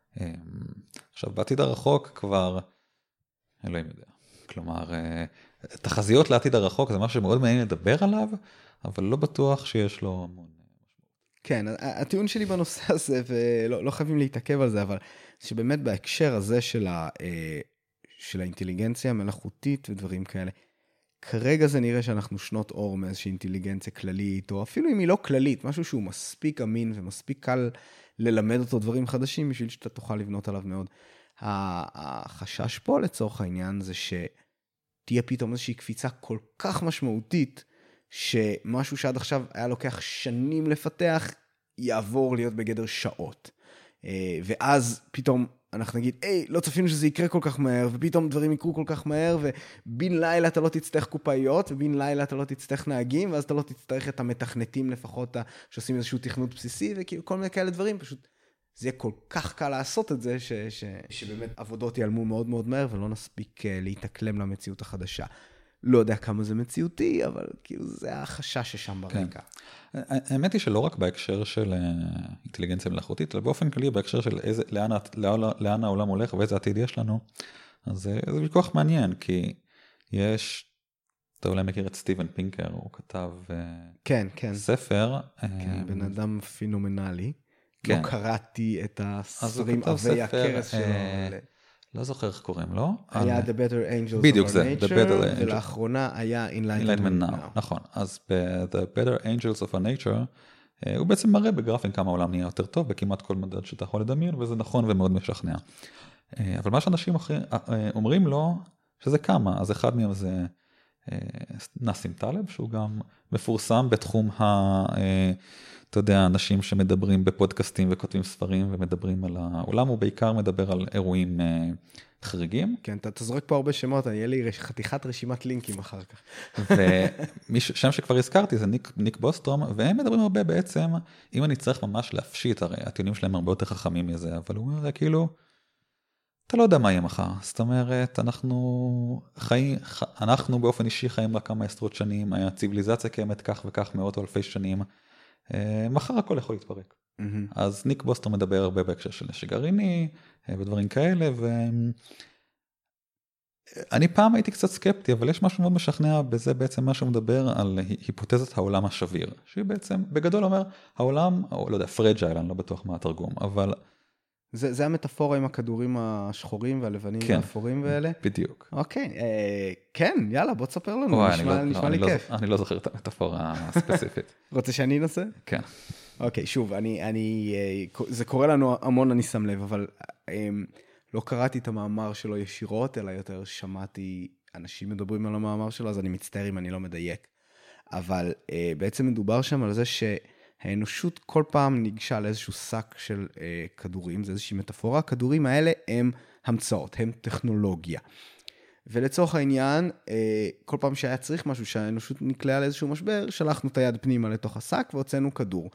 עכשיו, בעתיד הרחוק כבר, אלוהים יודע. כלומר, תחזיות לעתיד הרחוק זה משהו שמאוד מעניין לדבר עליו, אבל לא בטוח שיש לו המון משמעות. כן, הטיעון שלי בנושא הזה, ולא חייבים להתעכב על זה, אבל שבאמת בהקשר הזה של האינטליגנציה המלאכותית ודברים כאלה, כרגע זה נראה שאנחנו שנות אור מאיזושהי אינטליגנציה כללית, או אפילו אם היא לא כללית, משהו שהוא מספיק אמין ומספיק קל ללמד אותו דברים חדשים, בשביל שאתה תוכל לבנות עליו מאוד. החשש פה לצורך העניין זה שתהיה פתאום איזושהי קפיצה כל כך משמעותית, שמשהו שעד עכשיו היה לוקח שנים לפתח, יעבור להיות בגדר שעות. ואז פתאום אנחנו נגיד, לא צפינו שזה יקרה כל כך מהר, ופתאום דברים יקרו כל כך מהר, ובין לילה אתה לא תצטרך קופאיות, ובין לילה אתה לא תצטרך נהגים, ואז אתה לא תצטרך את המתכנתים לפחות, שעושים איזשהו תכנות בסיסי, וכאילו כל מיני כאלה דברים, פשוט זה יהיה כל כך קל לעשות את זה, שבאמת עבודות ייעלמו מאוד מאוד מהר, ולא נספיק להתאקלם למציאות החדשה. לא יודע כמה זה מציאותי, אבל כאילו זה החשש ששם ברקע. האמת היא שלא רק בהקשר של אינטליגנציה מלאכותית, אלא באופן כללי בהקשר של לאן העולם הולך ואיזה עתיד יש לנו, אז זה ויכוח מעניין, כי יש, אתה אולי מכיר את סטיבן פינקר, הוא כתב ספר. כן, בן אדם פינומנלי. לא קראתי את הספרים עבי הכרס שלו. לא זוכר איך קוראים לו. היה The Better Angels בדיוק of זה, Our Nature, ולאחרונה היה Enlightenment Now. נכון, אז The Better Angels of Our Nature, הוא בעצם מראה בגרפים כמה העולם נהיה יותר טוב, בכמעט כל מדד שאתה יכול לדמיין, וזה נכון ומאוד משכנע. אבל מה שאנשים אומרים לו, שזה כמה, אז אחד מהם זה נסים טלב, שהוא גם מפורסם בתחום אתה יודע, אנשים שמדברים בפודקאסטים וכותבים ספרים ומדברים על העולם, הוא בעיקר מדבר על אירועים חריגים. כן, אתה זורק פה הרבה שמות, יהיה לי חתיכת רשימת לינקים אחר כך. ושם שכבר הזכרתי זה ניק בוסטרום, והם מדברים הרבה בעצם, אם אני צריך ממש להפשיט, הרי הטיעונים שלהם הרבה יותר חכמים מזה, אבל הוא אומר כאילו, אתה לא יודע מה יהיה מחר, זאת אומרת, אנחנו באופן אישי חיים לה כמה עשרות שנים, הציביליזציה קיימת כך וכך מאות או אלפי שנים, מחר הכל יכול להתפרק. אז ניק בוסטרום מדבר הרבה בהקשר של נשק גרעיני, ודברים כאלה, אני פעם הייתי קצת סקפטי, אבל יש משהו מאוד משכנע בזה בעצם מה שהוא מדבר על היפותזת העולם השביר, שהיא בעצם בגדול אומר, העולם, או לא יודע, פרג'ייל, אני לא בטוח מה התרגום, אבל... זה המטאפורה עם הכדורים השחורים והלבנים והאפורים ואלה? בדיוק. אוקיי, כן, יאללה, בוא תספר לנו, נשמע לי כיף. אני לא זוכר את המטאפורה הספציפית. רוצה שאני אנסה? כן. אוקיי, שוב, זה קורה לנו המון, אני שם לב, אבל לא קראתי את המאמר שלו ישירות, אלא יותר שמעתי אנשים מדברים על המאמר שלו, אז אני מצטער אם אני לא מדייק. אבל בעצם מדובר שם על זה שהאנושות כל פעם ניגשה לאיזשהו שק של כדורים, זה איזושהי מטאפורה, הכדורים האלה הם המצאות, הם טכנולוגיה. ולצורך העניין, כל פעם שהיה צריך משהו שהאנושות נקלעה לאיזשהו משבר, שלחנו את היד פנימה לתוך השק והוצאנו כדור.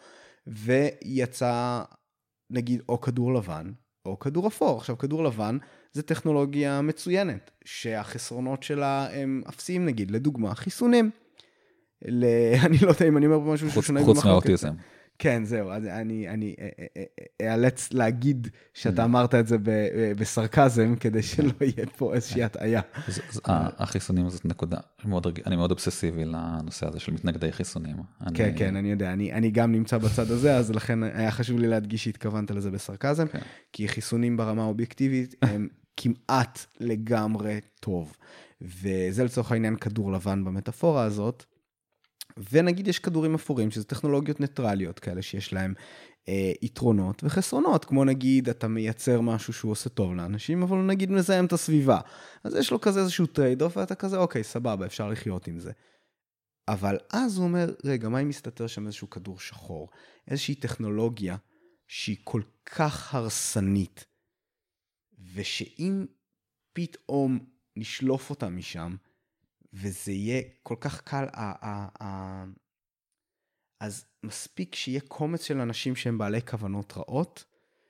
ויצא, נגיד, או כדור לבן, או כדור אפור. עכשיו, כדור לבן זה טכנולוגיה מצוינת, שהחסרונות שלה הם אפסיים, נגיד, לדוגמה, חיסונים. אני לא יודע אם אני אומר משהו ששונה במחלוקת. חוץ מהאוטיזם. כן, זהו, אז אני אאלץ להגיד שאתה אמרת את זה בסרקזם, כדי שלא יהיה פה איזושהי הטעיה. החיסונים זאת נקודה, אני מאוד אובססיבי לנושא הזה של מתנגדי חיסונים. כן, כן, אני יודע, אני גם נמצא בצד הזה, אז לכן היה חשוב לי להדגיש שהתכוונת לזה בסרקזם, כי חיסונים ברמה האובייקטיבית הם כמעט לגמרי טוב, וזה לצורך העניין כדור לבן במטאפורה הזאת, ונגיד יש כדורים אפורים, שזה טכנולוגיות ניטרליות כאלה שיש להם יתרונות וחסרונות, כמו נגיד אתה מייצר משהו שהוא עושה טוב לאנשים, אבל נגיד מזהם את הסביבה. אז יש לו כזה איזשהו טרייד-אוף, ואתה כזה, אוקיי, סבבה, אפשר לחיות עם זה. אבל אז הוא אומר, רגע, מה אם מסתתר שם איזשהו כדור שחור? איזושהי טכנולוגיה שהיא כל כך הרסנית, ושאם פתאום נשלוף אותה משם, וזה יהיה כל כך קל, אז מספיק שיהיה קומץ של אנשים שהם בעלי כוונות רעות,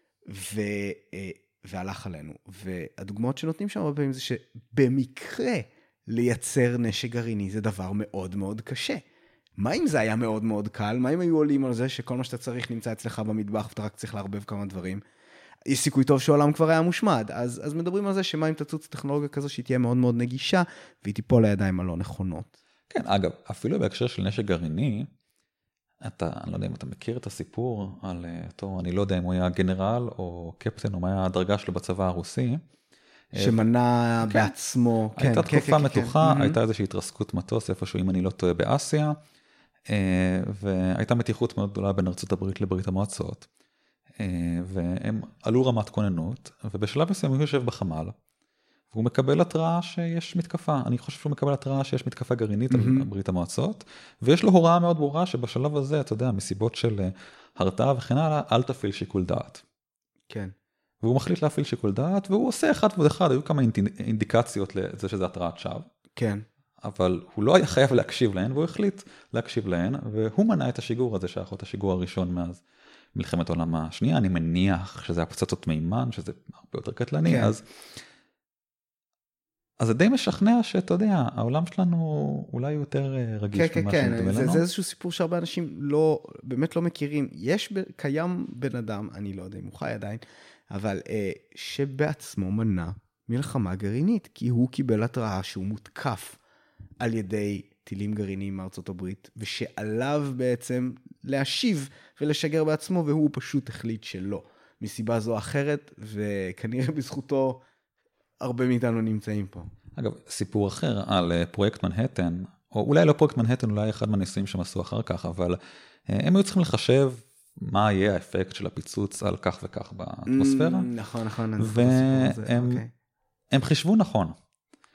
והלך עלינו. והדוגמאות שנותנים שם הרבה פעמים זה שבמקרה לייצר נשק גרעיני זה דבר מאוד מאוד קשה. מה אם זה היה מאוד מאוד קל? מה אם היו עולים על זה שכל מה שאתה צריך נמצא אצלך במטבח ואתה רק צריך להרבב כמה דברים? יש סיכוי טוב שהעולם כבר היה מושמד, אז מדברים על זה שמה אם תצוץ טכנולוגיה כזו שהיא תהיה מאוד מאוד נגישה, והיא תיפול לידיים הלא נכונות. כן, אגב, אפילו בהקשר של נשק גרעיני, אני לא יודע אם אתה מכיר את הסיפור על אותו, אני לא יודע אם הוא היה גנרל או קפטן, או מה היה הדרגה שלו בצבא הרוסי. שמנע בעצמו. הייתה תקופה מתוחה, הייתה איזושהי התרסקות מטוס, איפשהו אם אני לא טועה באסיה, והייתה מתיחות מאוד גדולה בין ארצות הברית לברית המועצות. והם עלו רמת כוננות, ובשלב מסוים הוא יושב בחמ"ל, והוא מקבל התראה שיש מתקפה. אני חושב שהוא מקבל התראה שיש מתקפה גרעינית על ברית המועצות, ויש לו הוראה מאוד ברורה שבשלב הזה, אתה יודע, מסיבות של הרתעה וכן הלאה, אל תפעיל שיקול דעת. כן. והוא מחליט להפעיל שיקול דעת, והוא עושה אחד ועוד אחד, היו כמה אינדיקציות לזה שזה התראת שווא. כן. אבל הוא לא היה חייב להקשיב להן, והוא החליט להקשיב להן, והוא מנע את השיגור הזה, שהיה את השיגור הראשון מאז מלחמת העולם השנייה. אני מניח שזה היה פצצות מימן, שזה הרבה יותר קטלני, כן. אז זה די משכנע שאתה יודע, העולם שלנו אולי יותר רגיש כן, ממה כן, שמדומה לנו. זה איזשהו סיפור שהרבה אנשים באמת לא מכירים. קיים בן אדם, אני לא יודע אם הוא חי עדיין, אבל שבעצמו מנע מלחמה גרעינית, כי הוא קיבל התראה שהוא מותקף על ידי טילים גרעיניים מארצות הברית, ושעליו בעצם להשיב ולשגר בעצמו, והוא פשוט החליט שלא, מסיבה זו או אחרת, וכנראה בזכותו הרבה מאיתנו נמצאים פה. אגב, סיפור אחר על פרויקט מנהטן, או אולי לא פרויקט מנהטן, אולי אחד מהניסויים שהם עשו אחר כך, אבל הם היו צריכים לחשב מה יהיה האפקט של הפיצוץ על כך וכך באטמוספירה. נכון. והם חישבו נכון.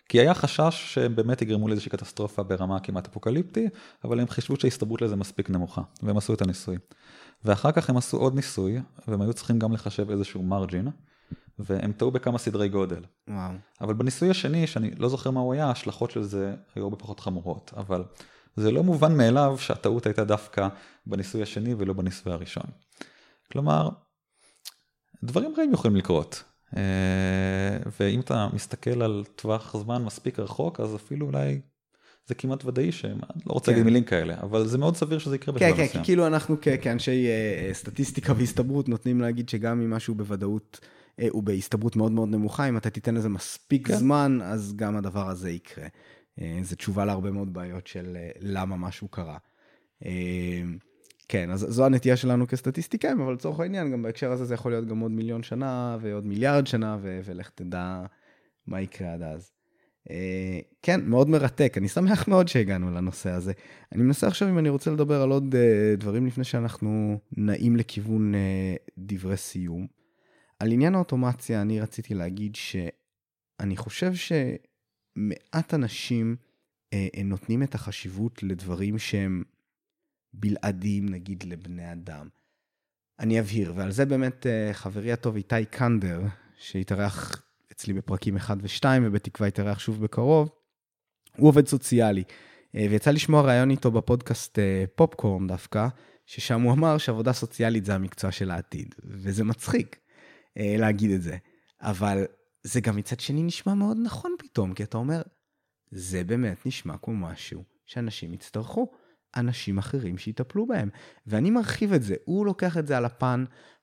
כי היה חשש שבאמת יגרמו לאיזושהי קטסטרופה ברמה כמעט אפוקליפטי, אבל הם חשבו שההסתברות לזה מספיק נמוכה, והם עשו את הניסוי. ואחר כך הם עשו עוד ניסוי, והם היו צריכים גם לחשב איזשהו מרג'ין, והם טעו בכמה סדרי גודל. וואו. אבל בניסוי השני, שאני לא זוכר מה הוא היה, ההשלכות של זה היו הרבה פחות חמורות, אבל זה לא מובן מאליו שהטעות הייתה דווקא בניסוי השני ולא בניסוי הראשון. כלומר, דברים רעים יכולים לקרות. ואם אתה מסתכל על טווח זמן מספיק רחוק, אז אפילו אולי זה כמעט ודאי שהם, לא רוצה להגיד מילים כאלה, אבל זה מאוד סביר שזה יקרה בשלב מסוים. כן, כאילו אנחנו כאנשי סטטיסטיקה והסתברות נותנים להגיד שגם אם משהו בוודאות הוא בהסתברות מאוד מאוד נמוכה, אם אתה תיתן לזה מספיק זמן, אז גם הדבר הזה יקרה. זו תשובה להרבה מאוד בעיות של למה משהו קרה. כן, אז זו הנטייה שלנו כסטטיסטיקאים, אבל לצורך העניין, גם בהקשר הזה זה יכול להיות גם עוד 1,000,000 שנה, ועוד 1,000,000,000 שנה, ולך תדע מה יקרה עד אז. כן, מאוד מרתק, אני שמח מאוד שהגענו לנושא הזה. אני מנסה עכשיו אם אני רוצה לדבר על עוד דברים לפני שאנחנו נעים לכיוון דברי סיום. על עניין האוטומציה אני רציתי להגיד שאני חושב שמעט אנשים נותנים את החשיבות לדברים שהם בלעדים, נגיד, לבני אדם. אני אבהיר, ועל זה באמת חברי הטוב איתי קנדר, שהתארח אצלי בפרקים 1 ו-2, ובתקווה יתארח שוב בקרוב, הוא עובד סוציאלי, ויצא לשמוע רעיון איתו בפודקאסט פופקורן דווקא, ששם הוא אמר שעבודה סוציאלית זה המקצוע של העתיד, וזה מצחיק להגיד את זה, אבל זה גם מצד שני נשמע מאוד נכון פתאום, כי אתה אומר, זה באמת נשמע כמו משהו שאנשים יצטרכו, אנשים אחרים שיטפלו בהם. ואני מרחיב את זה, הוא לוקח את זה על הפן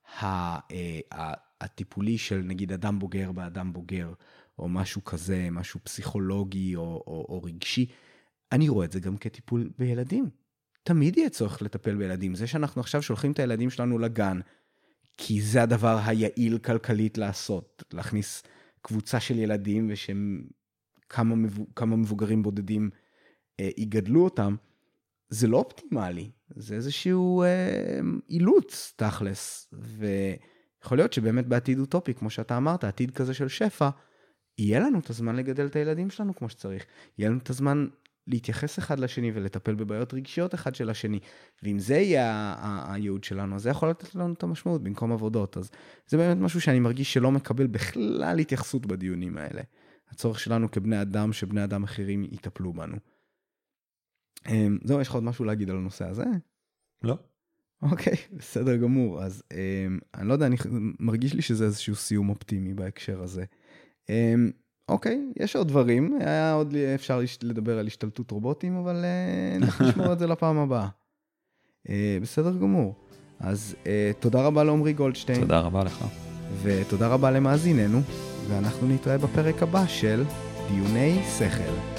הטיפולי של נגיד אדם בוגר באדם בוגר, או משהו כזה, משהו פסיכולוגי או רגשי. אני רואה את זה גם כטיפול בילדים. תמיד יהיה צורך לטפל בילדים. זה שאנחנו עכשיו שולחים את הילדים שלנו לגן, כי זה הדבר היעיל כלכלית לעשות, להכניס קבוצה של ילדים, ושהם כמה מבוגרים בודדים יגדלו אותם, זה לא אופטימלי, זה איזשהו אילוץ תכלס, ויכול להיות שבאמת בעתיד אוטופי, כמו שאתה אמרת, עתיד כזה של שפע, יהיה לנו את הזמן לגדל את הילדים שלנו כמו שצריך, יהיה לנו את הזמן להתייחס אחד לשני ולטפל בבעיות רגשיות אחד של השני, ואם זה יהיה הייעוד שלנו, אז זה יכול לתת לנו את המשמעות במקום עבודות, אז זה באמת משהו שאני מרגיש שלא מקבל בכלל התייחסות בדיונים האלה. הצורך שלנו כבני אדם, שבני אדם אחרים יטפלו בנו. זהו, יש לך עוד משהו להגיד על הנושא הזה? לא. אוקיי, בסדר גמור. אז אני לא יודע, אני מרגיש לי שזה איזשהו סיום אופטימי בהקשר הזה. אוקיי, יש עוד דברים. היה עוד אפשר לדבר על השתלטות רובוטים, אבל נשמור את זה לפעם הבאה. בסדר גמור. אז תודה רבה לעומרי גולדשטיין. תודה רבה לך. ותודה רבה למאזיננו, ואנחנו נתראה בפרק הבא של דיוני שכל.